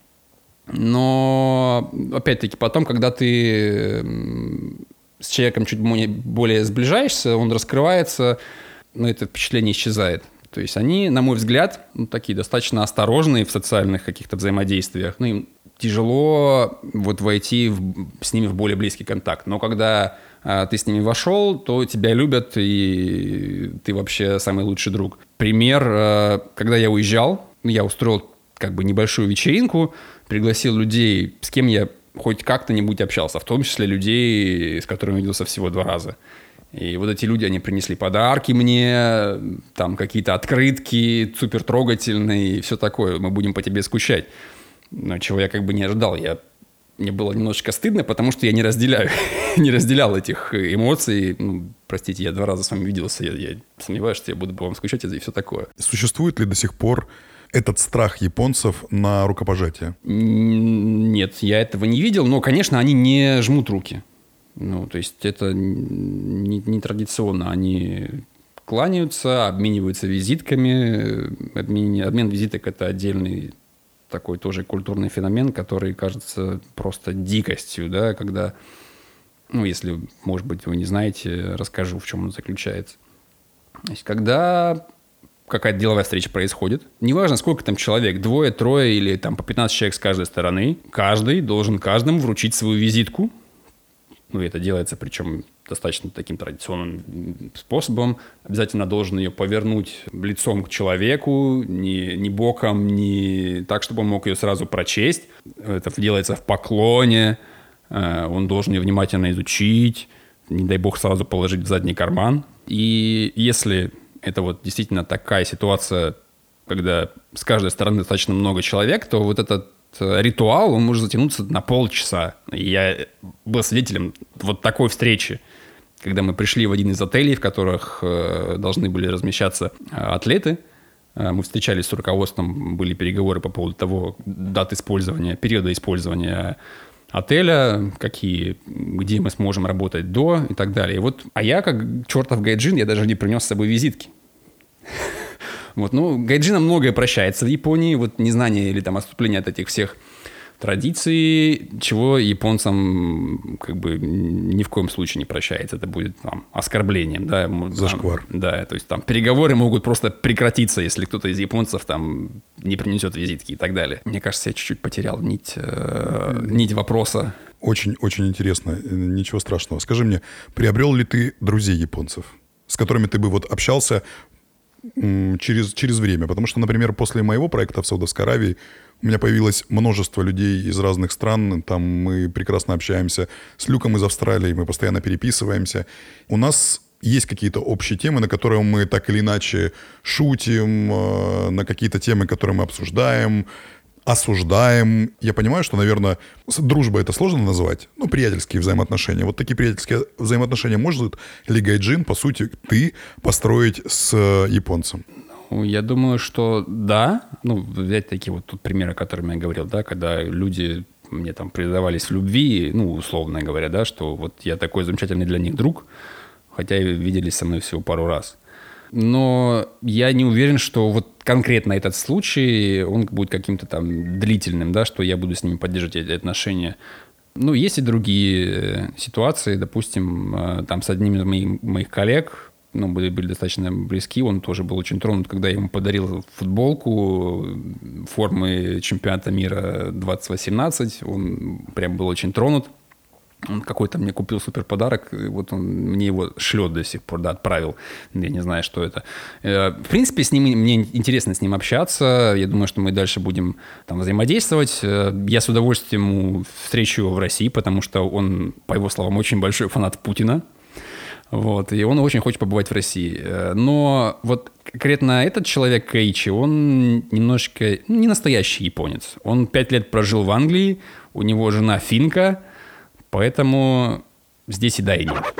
Но, опять-таки, потом, когда ты с человеком чуть более сближаешься, он раскрывается, но это впечатление исчезает. То есть они, на мой взгляд, ну, такие достаточно осторожные в социальных каких-то взаимодействиях. Ну, им тяжело вот войти в, с ними в более близкий контакт. Но когда а, ты с ними вошел, то тебя любят, и ты вообще самый лучший друг. Пример, а, когда я уезжал, я устроил как бы небольшую вечеринку, пригласил людей, с кем я хоть как-то-нибудь общался, в том числе людей, с которыми виделся всего два раза. И вот эти люди, они принесли подарки мне, там какие-то открытки супер трогательные и все такое. Мы будем по тебе скучать. Но чего я как бы не ожидал. Я... Мне было немножечко стыдно, потому что я не разделяю, не разделял этих эмоций. Ну, простите, я два раза с вами виделся, я, я сомневаюсь, что я буду по вам скучать и все такое. Существует ли до сих пор этот страх японцев на рукопожатие? Нет, я этого не видел, но, конечно, они не жмут руки. Ну, то есть это не, не традиционно. Они кланяются, обмениваются визитками. Обмен, обмен визиток – это отдельный такой тоже культурный феномен, который кажется просто дикостью, да, когда, ну, если, может быть, вы не знаете, расскажу, в чем он заключается. То есть, когда какая-то деловая встреча происходит, неважно, сколько там человек, двое, трое или там по пятнадцать человек с каждой стороны, каждый должен каждому вручить свою визитку. Ну, и это делается, причем достаточно таким традиционным способом. Обязательно должен ее повернуть лицом к человеку, не, не боком, не так, чтобы он мог ее сразу прочесть. Это делается в поклоне. Он должен ее внимательно изучить, не дай бог сразу положить в задний карман. И если это вот действительно такая ситуация, когда с каждой стороны достаточно много человек, то вот этот ритуал, он может затянуться на полчаса. Я был свидетелем вот такой встречи, когда мы пришли в один из отелей, в которых э, должны были размещаться э, атлеты. Э, мы встречались с руководством, были переговоры по поводу того, дат использования, периода использования отеля, какие, где мы сможем работать до и так далее. И вот, а я, как чертов гайджин, я даже не принес с собой визитки. Вот, ну, гайджинам многое прощается в Японии, вот незнание или там отступление от этих всех традиций, чего японцам как бы ни в коем случае не прощается. Это будет там оскорблением, да. Зашквар. Там, да, то есть там переговоры могут просто прекратиться, если кто-то из японцев там не принесет визитки и так далее. Мне кажется, я чуть-чуть потерял нить, э, нить вопроса. Очень-очень интересно, ничего страшного. Скажи мне, приобрел ли ты друзей японцев, с которыми ты бы вот общался через, через время. Потому что, например, после моего проекта в Саудовской Аравии у меня появилось множество людей из разных стран. Там мы прекрасно общаемся с Люком из Австралии, мы постоянно переписываемся. У нас есть какие-то общие темы, на которые мы так или иначе шутим, на какие-то темы, которые мы обсуждаем, осуждаем. Я понимаю, что, наверное, дружба это сложно назвать, ну, приятельские взаимоотношения. Вот такие приятельские взаимоотношения может ли Гайджин, по сути, ты построить с японцем? Ну, я думаю, что да. Ну, взять такие вот тут примеры, о которых я говорил, да, когда люди мне там предавались в любви, ну, условно говоря, да, что вот я такой замечательный для них друг, хотя и виделись со мной всего пару раз. Но я не уверен, что вот конкретно этот случай, он будет каким-то там длительным, да, что я буду с ними поддерживать эти отношения. Ну, есть и другие ситуации, допустим, там с одним из моих, моих коллег, ну, были, были достаточно близки, он тоже был очень тронут, когда я ему подарил футболку формы чемпионата мира двадцать восемнадцать, он прям был очень тронут. Он какой-то мне купил супер подарок, вот он мне его шлет до сих пор, да, отправил. Я не знаю, что это. В принципе, с ним, мне интересно с ним общаться. Я думаю, что мы дальше будем там взаимодействовать. Я с удовольствием встречу его в России, потому что он, по его словам, очень большой фанат Путина. Вот, и он очень хочет побывать в России. Но вот конкретно этот человек, Кейичи, он немножечко не настоящий японец. Он пять лет прожил в Англии, у него жена финка. Поэтому здесь и да, и нет.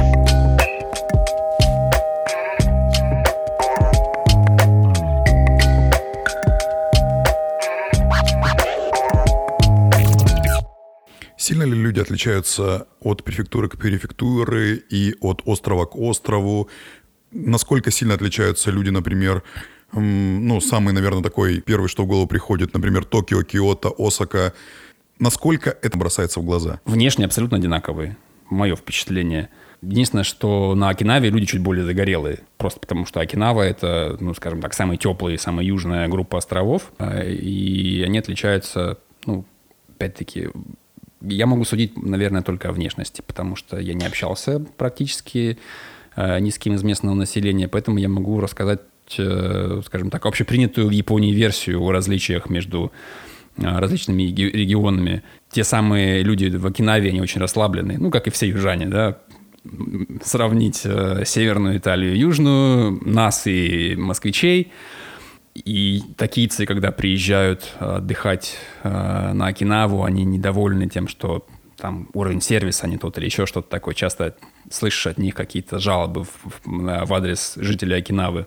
Сильно ли люди отличаются от префектуры к префектуре и от острова к острову? Насколько сильно отличаются люди, например, ну, самый, наверное, такой первый, что в голову приходит, например, Токио, Киото, Осака. Насколько это бросается в глаза? Внешне абсолютно одинаковые. Мое впечатление. Единственное, что на Окинаве люди чуть более загорелые. Просто потому, что Окинава — это, ну, скажем так, самая теплая, самая южная группа островов. И они отличаются, ну, опять-таки... Я могу судить, наверное, только о внешности, потому что я не общался практически э, ни с кем из местного населения, поэтому я могу рассказать, э, скажем так, общепринятую в Японии версию о различиях между различными регионами. Те самые люди в Окинаве, они очень расслабленные, ну, как и все южане, да. Сравнить э, северную Италию и южную, нас и москвичей. И токийцы, когда приезжают отдыхать э, на Окинаву, они недовольны тем, что там уровень сервиса не тот или еще что-то такое. Часто слышишь от них какие-то жалобы в, в, в адрес жителей Окинавы.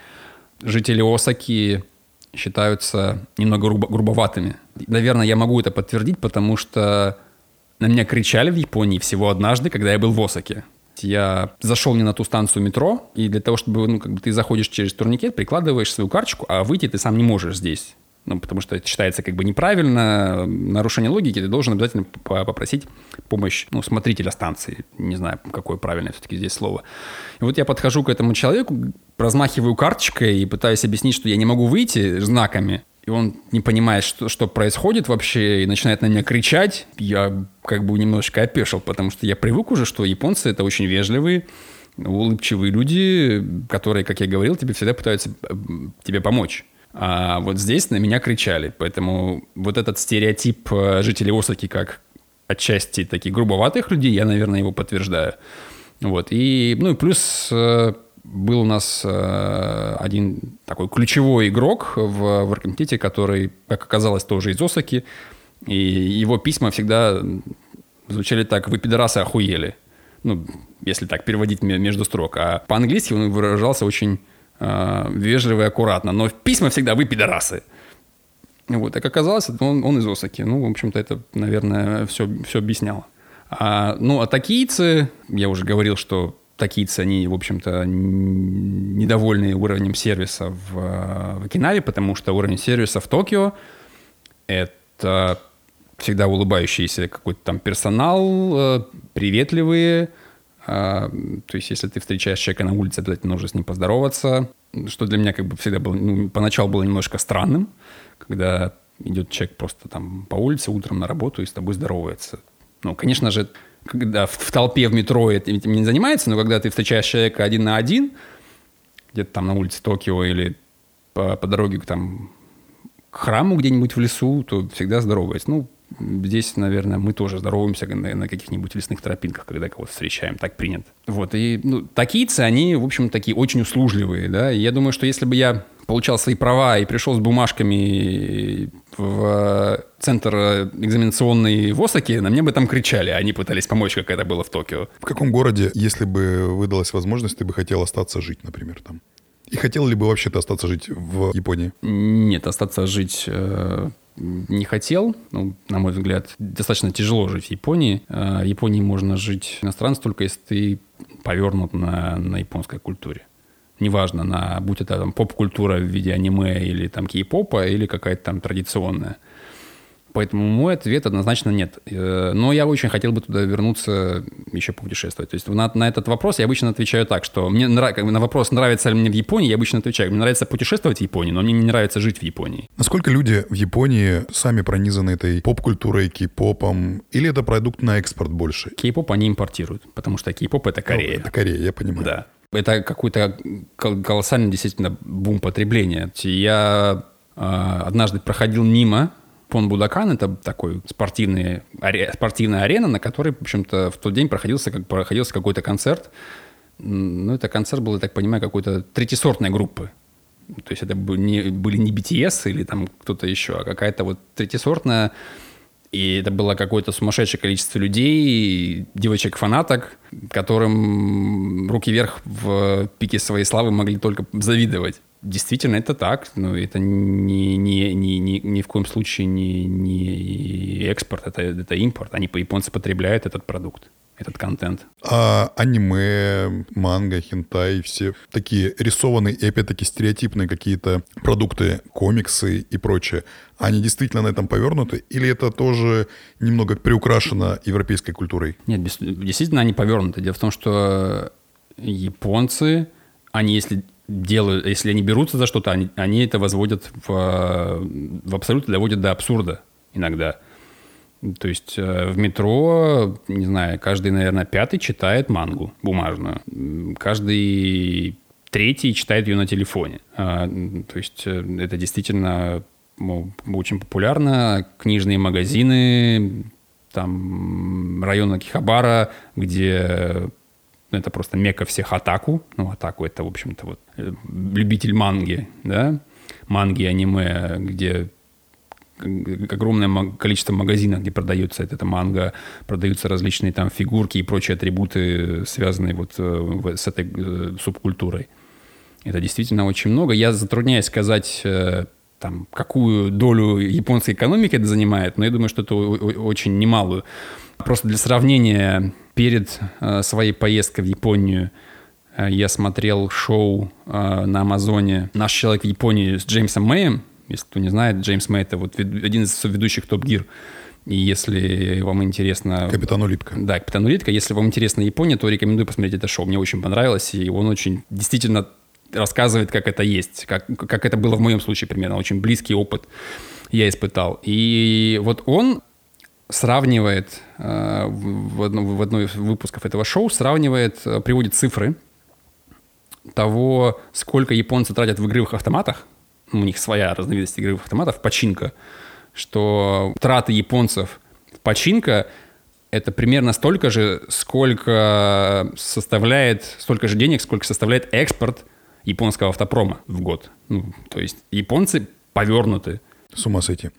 Жители Осаки считаются немного грубо, грубоватыми. Наверное, я могу это подтвердить, потому что на меня кричали в Японии всего однажды, когда я был в Осаке. Я зашел не на ту станцию метро, и для того, чтобы, ну, как бы ты заходишь через турникет, прикладываешь свою карточку, а выйти ты сам не можешь здесь. Ну, потому что это считается как бы неправильно, нарушение логики, ты должен обязательно попросить помощь, ну, смотрителя станции. Не знаю, какое правильное все-таки здесь слово. И вот я подхожу к этому человеку, размахиваю карточкой и пытаюсь объяснить, что я не могу выйти знаками. И он не понимает, что, что происходит вообще, и начинает на меня кричать. Я как бы немножечко опешил, потому что я привык уже, что японцы — это очень вежливые, улыбчивые люди, которые, как я говорил, тебе всегда пытаются тебе помочь. А вот здесь на меня кричали. Поэтому вот этот стереотип жителей Осаки как отчасти таких грубоватых людей, я, наверное, его подтверждаю. Вот. И, ну и плюс был у нас один такой ключевой игрок в, в Оргкомитете, который, как оказалось, тоже из Осаки. И его письма всегда звучали так: «Вы, пидорасы, охуели». Ну, если так переводить между строк. А по-английски он выражался очень... вежливо и аккуратно, но письма всегда «Вы, пидорасы». Вот, как оказалось, он, он из Осаки. Ну, в общем-то, это, наверное, все, все объясняло. А, ну, а токийцы, я уже говорил, что токийцы, они, в общем-то, недовольны уровнем сервиса в, в Окинаве, потому что уровень сервиса в Токио – это всегда улыбающийся какой-то там персонал, приветливые. То есть, если ты встречаешь человека на улице, обязательно нужно с ним поздороваться. Что для меня как бы всегда было, ну, поначалу было немножко странным, когда идет человек просто там по улице утром на работу и с тобой здоровается. Ну, конечно же, когда в, в толпе в метро этим не занимается, но когда ты встречаешь человека один на один, где-то там на улице Токио или по, по дороге к, там, к храму где-нибудь в лесу, то всегда здороваюсь. Ну, здесь, наверное, мы тоже здороваемся на, на каких-нибудь лесных тропинках, когда кого-то встречаем. Так принято. Вот. И ну, токийцы, они, в общем, такие очень услужливые. Да? И я думаю, что если бы я получал свои права и пришел с бумажками в центр экзаменационный в Осаке, на меня бы там кричали. Они пытались помочь, как это было в Токио. В каком городе, если бы выдалась возможность, ты бы хотел остаться жить, например, там? И хотел ли бы вообще-то остаться жить в Японии? Нет, остаться жить э, не хотел. Ну, на мой взгляд, достаточно тяжело жить в Японии. Э, в Японии можно жить иностранцем только если ты повернут на, на японской культуре. Неважно, на, будь это там, поп-культура в виде аниме или там кей-попа, или какая-то там традиционная. Поэтому мой ответ однозначно нет. Но я очень хотел бы туда вернуться, еще попутешествовать. То есть на, на этот вопрос я обычно отвечаю так, что мне нрав... на вопрос, нравится ли мне в Японии, я обычно отвечаю, мне нравится путешествовать в Японии, но мне не нравится жить в Японии. Насколько люди в Японии сами пронизаны этой поп-культурой, кей-попом, или это продукт на экспорт больше? Кей-поп они импортируют, потому что кей-поп — это Корея. Ну, это Корея, я понимаю. Да. Это какой-то колоссальный действительно бум потребления. Я э, однажды проходил мимо Пон Будокан, это такой спортивный, аре, спортивная арена, на которой, в общем-то, в тот день проходился, как, проходился какой-то концерт. Ну, это концерт был, я так понимаю, какой-то третьесортной группы. То есть это были не, были не би ти эс или там кто-то еще, а какая-то вот третьесортная. И это было какое-то сумасшедшее количество людей, девочек-фанаток, которым руки вверх в пике своей славы могли только завидовать. Действительно, это так, но это ни, ни, ни, ни, ни в коем случае не, не экспорт, это, это импорт. Они, японцы, потребляют этот продукт, этот контент. А аниме, манга, хентай, все такие рисованные и, опять-таки, стереотипные какие-то продукты, комиксы и прочее, они действительно на этом повернуты? Или это тоже немного приукрашено европейской культурой? Нет, действительно они повернуты. Дело в том, что японцы, они если... делают, если они берутся за что-то, они, они это возводят в, в абсолют, доводят до абсурда иногда. То есть в метро, не знаю, каждый, наверное, пятый читает мангу бумажную. Каждый третий читает ее на телефоне. То есть это действительно ну, очень популярно. Книжные магазины, там район Акихабара, где... Это просто мекка всех атаку. Ну, атаку — это, в общем-то, вот любитель манги, да? Манги, аниме, где огромное количество магазинов, где продается эта манга, продаются различные там фигурки и прочие атрибуты, связанные вот с этой субкультурой. Это действительно очень много. Я затрудняюсь сказать, там, какую долю японской экономики это занимает, но я думаю, что это очень немалую. Просто для сравнения, перед э, своей поездкой в Японию э, я смотрел шоу э, на Амазоне «Наш человек в Японии» с Джеймсом Мэем. Если кто не знает, Джеймс Мэй — это вот один из соведущих «Топ Гир». И если вам интересно... Капитан Улитка. Да, Капитан Улитка. Если вам интересна Япония, то рекомендую посмотреть это шоу. Мне очень понравилось, и он очень действительно рассказывает, как это есть, как, как это было в моем случае примерно. Очень близкий опыт я испытал. И вот он... сравнивает э, в, одном, в одной из выпусков этого шоу, сравнивает, э, приводит цифры того, сколько японцы тратят в игровых автоматах. У них своя разновидность игровых автоматов, починка. Что траты японцев в починка — это примерно столько же, сколько составляет, столько же денег, сколько составляет экспорт японского автопрома в год. Ну, то есть японцы повернуты. С ума сойти.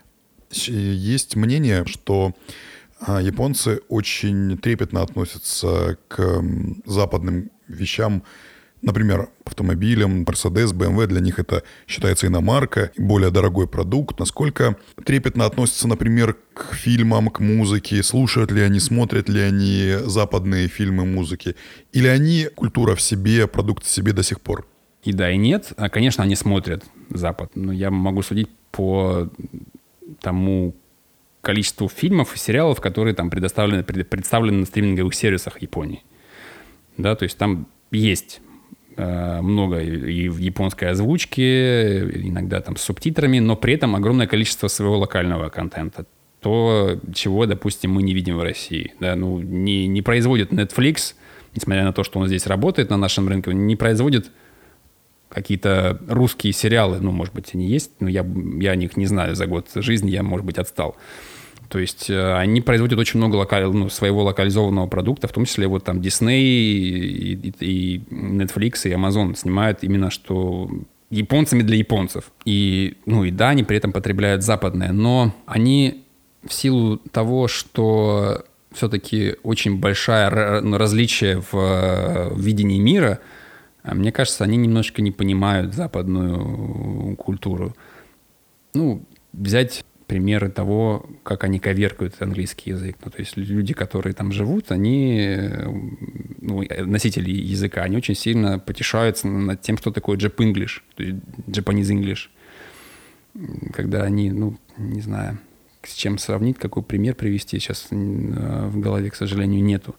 Есть мнение, что японцы очень трепетно относятся к западным вещам, например, автомобилям, Mercedes, бэ эм вэ, для них это считается иномарка, более дорогой продукт. Насколько трепетно относятся, например, к фильмам, к музыке, слушают ли они, смотрят ли они западные фильмы, музыки, или они культура в себе, продукт в себе до сих пор? И да, и нет. Конечно, они смотрят Запад, но я могу судить по... тому количеству фильмов и сериалов, которые там предоставлены, представлены на стриминговых сервисах Японии. Да, то есть там есть э, много и в японской озвучке, иногда там с субтитрами, но при этом огромное количество своего локального контента. То, чего, допустим, мы не видим в России. Да, ну, не, не производит Netflix, несмотря на то, что он здесь работает на нашем рынке, не производит какие-то русские сериалы, ну, может быть, они есть, но я, я о них не знаю за год жизни, я, может быть, отстал. То есть они производят очень много локаль, ну, своего локализованного продукта, в том числе вот там Disney и, и, и Netflix и Amazon снимают именно что японцами для японцев. И, ну, и да, они при этом потребляют западное, но они в силу того, что все-таки очень большое различие в видении мира, мне кажется, они немножко не понимают западную культуру. Ну, взять примеры того, как они коверкают английский язык. Ну, то есть люди, которые там живут, они, ну, носители языка, они очень сильно потешаются над тем, что такое Jap English, то есть Japanese English. Когда они, ну, не знаю, с чем сравнить, какой пример привести, сейчас в голове, к сожалению, нету.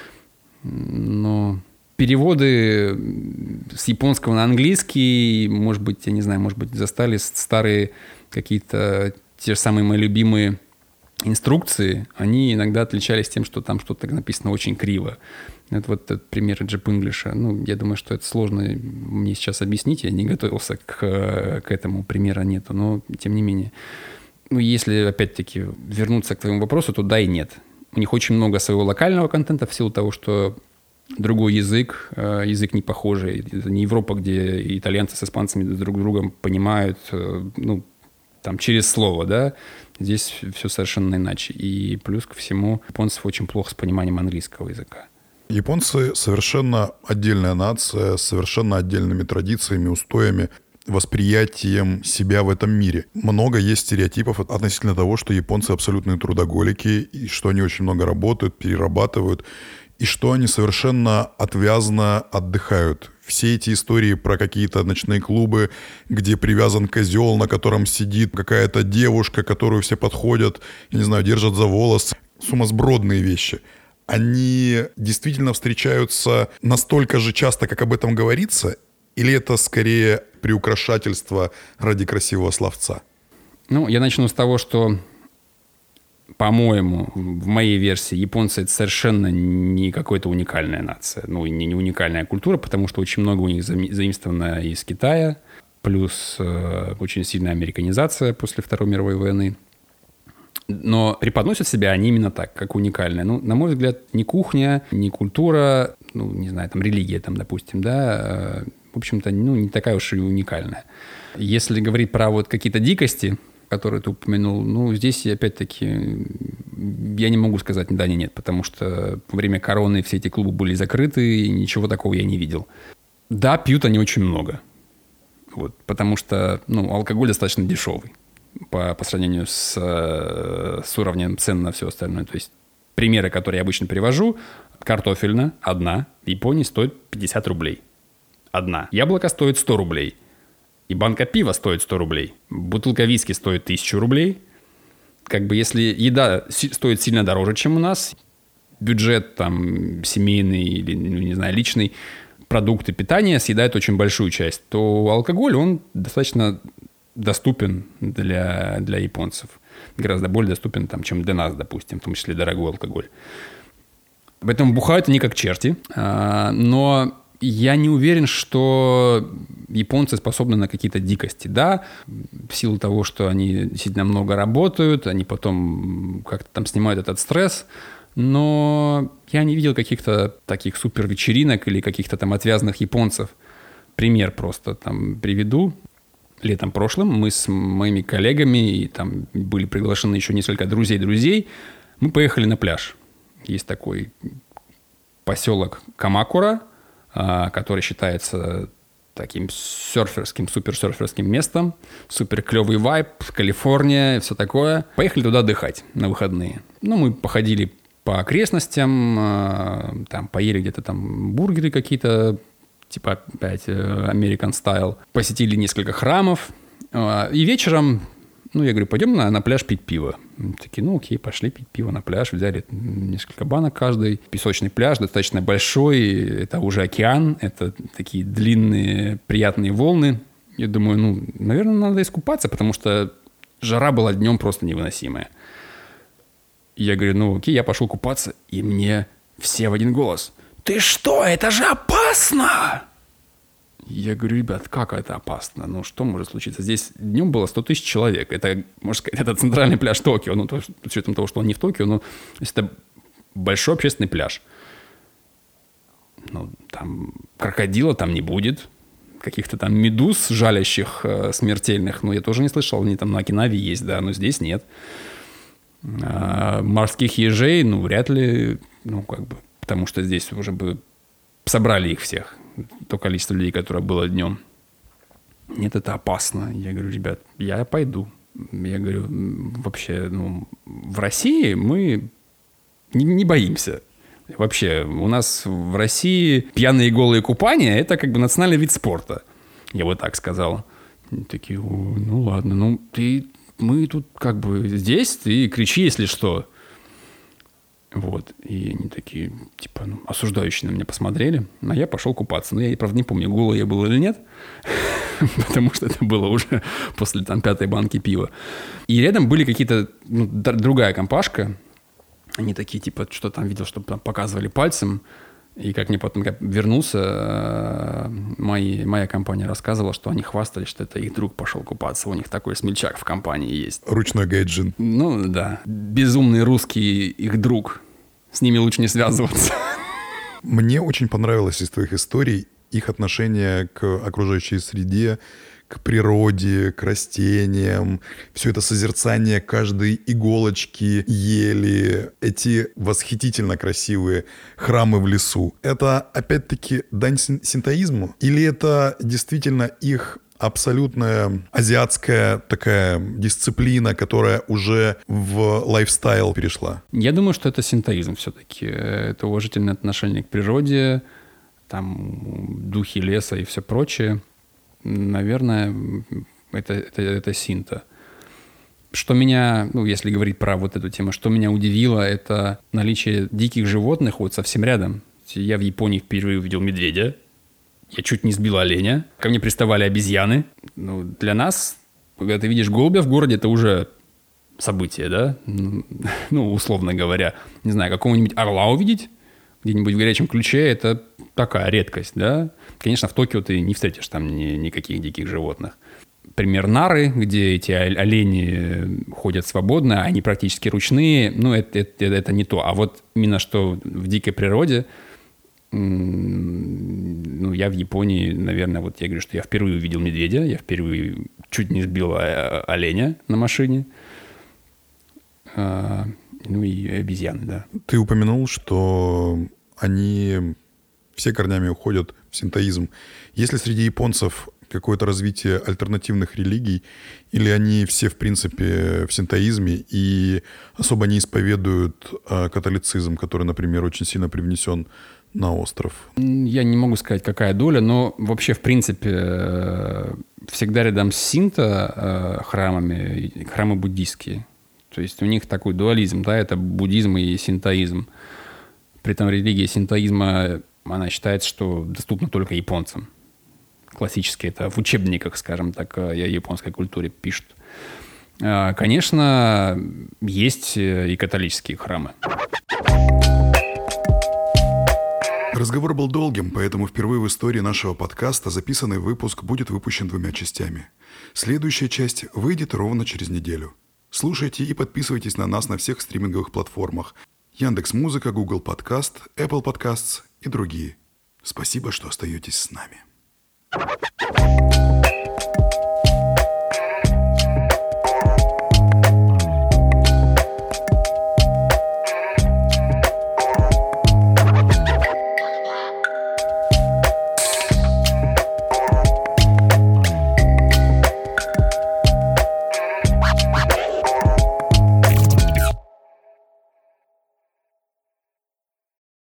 Но переводы с японского на английский, может быть, я не знаю, может быть, застали старые какие-то те же самые мои любимые инструкции, они иногда отличались тем, что там что-то написано очень криво. Это вот этот пример Jap English. Ну, я думаю, что это сложно мне сейчас объяснить. Я не готовился к, к этому, примера нету. Но, тем не менее. Ну, если, опять-таки, вернуться к твоему вопросу, то да и нет. У них очень много своего локального контента в силу того, что другой язык, язык не похожий. Это не Европа, где итальянцы с испанцами друг друга понимают, ну, там, через слово, да, здесь все совершенно иначе. И плюс ко всему, японцев очень плохо с пониманием английского языка. Японцы совершенно отдельная нация, с совершенно отдельными традициями, устоями, восприятием себя в этом мире. Много есть стереотипов относительно того, что японцы абсолютные трудоголики, и что они очень много работают, перерабатывают, и что они совершенно отвязно отдыхают. Все эти истории про какие-то ночные клубы, где привязан козел, на котором сидит какая-то девушка, которую все подходят, я не знаю, держат за волос. Сумасбродные вещи. Они действительно встречаются настолько же часто, как об этом говорится, или это скорее приукрашательство ради красивого словца? Ну, я начну с того, что, по-моему, в моей версии японцы — это совершенно не какая-то уникальная нация, ну, не, не уникальная культура, потому что очень много у них заимствовано из Китая, плюс э, очень сильная американизация после Второй мировой войны. Но преподносят себя они именно так, как уникальные. Ну, на мой взгляд, ни кухня, ни культура, ну, не знаю, там, религия, там, допустим, да, в общем-то, ну, не такая уж и уникальная. Если говорить про вот какие-то дикости, которые ты упомянул, ну, здесь, опять-таки, я не могу сказать ни да, ни нет, потому что во время короны все эти клубы были закрыты, и ничего такого я не видел. Да, пьют они очень много, вот, потому что, ну, алкоголь достаточно дешевый по, по сравнению с, с уровнем цен на все остальное. То есть примеры, которые я обычно привожу: картофельная одна в Японии стоит пятьдесят рублей. Одна. Яблоко стоит сто рублей. И банка пива стоит сто рублей. Бутылка виски стоит тысячу рублей. Как бы если еда стоит сильно дороже, чем у нас, бюджет там семейный или, ну, не знаю, личный, продукты питания съедают очень большую часть, то алкоголь, он достаточно доступен для, для японцев. Гораздо более доступен, там, чем для нас, допустим, в том числе дорогой алкоголь. Поэтому бухают они как черти. Но я не уверен, что японцы способны на какие-то дикости. Да, в силу того, что они действительно много работают, они потом как-то там снимают этот стресс, но я не видел каких-то таких супер вечеринок или каких-то там отвязанных японцев. Пример просто там приведу. Летом прошлым мы с моими коллегами, и там были приглашены еще несколько друзей-друзей, мы поехали на пляж. Есть такой поселок Камакура, который считается таким серферским, суперсерферским местом. Супер клевый вайб, Калифорния, все такое. Поехали туда отдыхать на выходные. Ну, мы походили по окрестностям, там поели где-то там бургеры какие-то, типа опять American Style. Посетили несколько храмов. И вечером, ну, я говорю, пойдем на, на пляж пить пиво. Такие, ну, окей, пошли пить пиво на пляж. Взяли несколько банок каждый. Песочный пляж, достаточно большой. Это уже океан. Это такие длинные, приятные волны. Я думаю, ну, наверное, надо искупаться, потому что жара была днем просто невыносимая. Я говорю, ну, окей, я пошел купаться. И мне все в один голос: «Ты что, это же опасно!» Я говорю, ребят, как это опасно? Ну, что может случиться? Здесь днем было сто тысяч человек. Это, можно сказать, это центральный пляж Токио. Ну, то, с учетом того, что он не в Токио, но это большой общественный пляж. Ну, там крокодила там не будет. Каких-то там медуз жалящих, э, смертельных. Ну, я тоже не слышал. Они там на Окинаве есть, да, но здесь нет. А морских ежей, ну, вряд ли, ну, как бы, потому что здесь уже бы собрали их всех. То количество людей, которое было днем. Нет, это опасно. Я говорю, ребят, я пойду. Я говорю, вообще, ну, в России мы не, не боимся. Вообще, у нас в России пьяные голые купания – это как бы национальный вид спорта. Я вот так сказал. Они такие, ну ладно, ну ты, мы тут как бы здесь, ты кричи, если что. Вот. И они такие, типа, ну, осуждающие на меня посмотрели. А я пошел купаться. Но я, правда, не помню, голый я был или нет. Потому что это было уже после там пятой банки пива. И рядом были какие-то, ну, другая компашка. Они такие, типа, что там видел, что там показывали пальцем. И как мне потом как вернулся, мои, моя компания рассказывала, что они хвастались, что это их друг пошел купаться. У них такой смельчак в компании есть. Ручной гайджин. Ну, да. Безумный русский их друг. С ними лучше не связываться. Мне очень понравилось из твоих историй их отношение к окружающей среде, к природе, к растениям, все это созерцание каждой иголочки, ели, эти восхитительно красивые храмы в лесу. Это, опять-таки, дань синтоизму? Или это действительно их абсолютная азиатская такая дисциплина, которая уже в лайфстайл перешла? Я думаю, что это синтоизм все-таки. Это уважительное отношение к природе, там духи леса и все прочее. Наверное, это, это, это синто. Что меня, ну, если говорить про вот эту тему, что меня удивило, это наличие диких животных вот совсем рядом. Я в Японии впервые увидел медведя. Я чуть не сбил оленя. Ко мне приставали обезьяны. Ну, для нас, когда ты видишь голубя в городе, это уже событие, да? Ну, условно говоря. Не знаю, какого-нибудь орла увидеть где-нибудь в горячем ключе, это такая редкость, да? Конечно, в Токио ты не встретишь там ни, никаких диких животных. Пример Нары, где эти олени ходят свободно, они практически ручные, ну, это, это, это не то. А вот именно что в дикой природе, ну, я в Японии, наверное, вот я говорю, что я впервые увидел медведя, я впервые чуть не сбил оленя на машине, ну и обезьяны, да. Ты упомянул, что они все корнями уходят в синтоизм. Есть ли среди японцев какое-то развитие альтернативных религий, или они все, в принципе, в синтоизме и особо не исповедуют э, католицизм, который, например, очень сильно привнесен на остров? Я не могу сказать, какая доля, но вообще, в принципе, всегда рядом с синто э, храмами храмы буддийские. То есть у них такой дуализм, да, это буддизм и синтоизм. При этом религия синтоизма, она считается, что доступна только японцам. Классически это в учебниках, скажем так, о японской культуре пишут. Конечно, есть и католические храмы. Разговор был долгим, поэтому впервые в истории нашего подкаста записанный выпуск будет выпущен двумя частями. Следующая часть выйдет ровно через неделю. Слушайте и подписывайтесь на нас на всех стриминговых платформах: Яндекс.Музыка, Google Подкаст, Apple Podcasts и другие. Спасибо, что остаетесь с нами.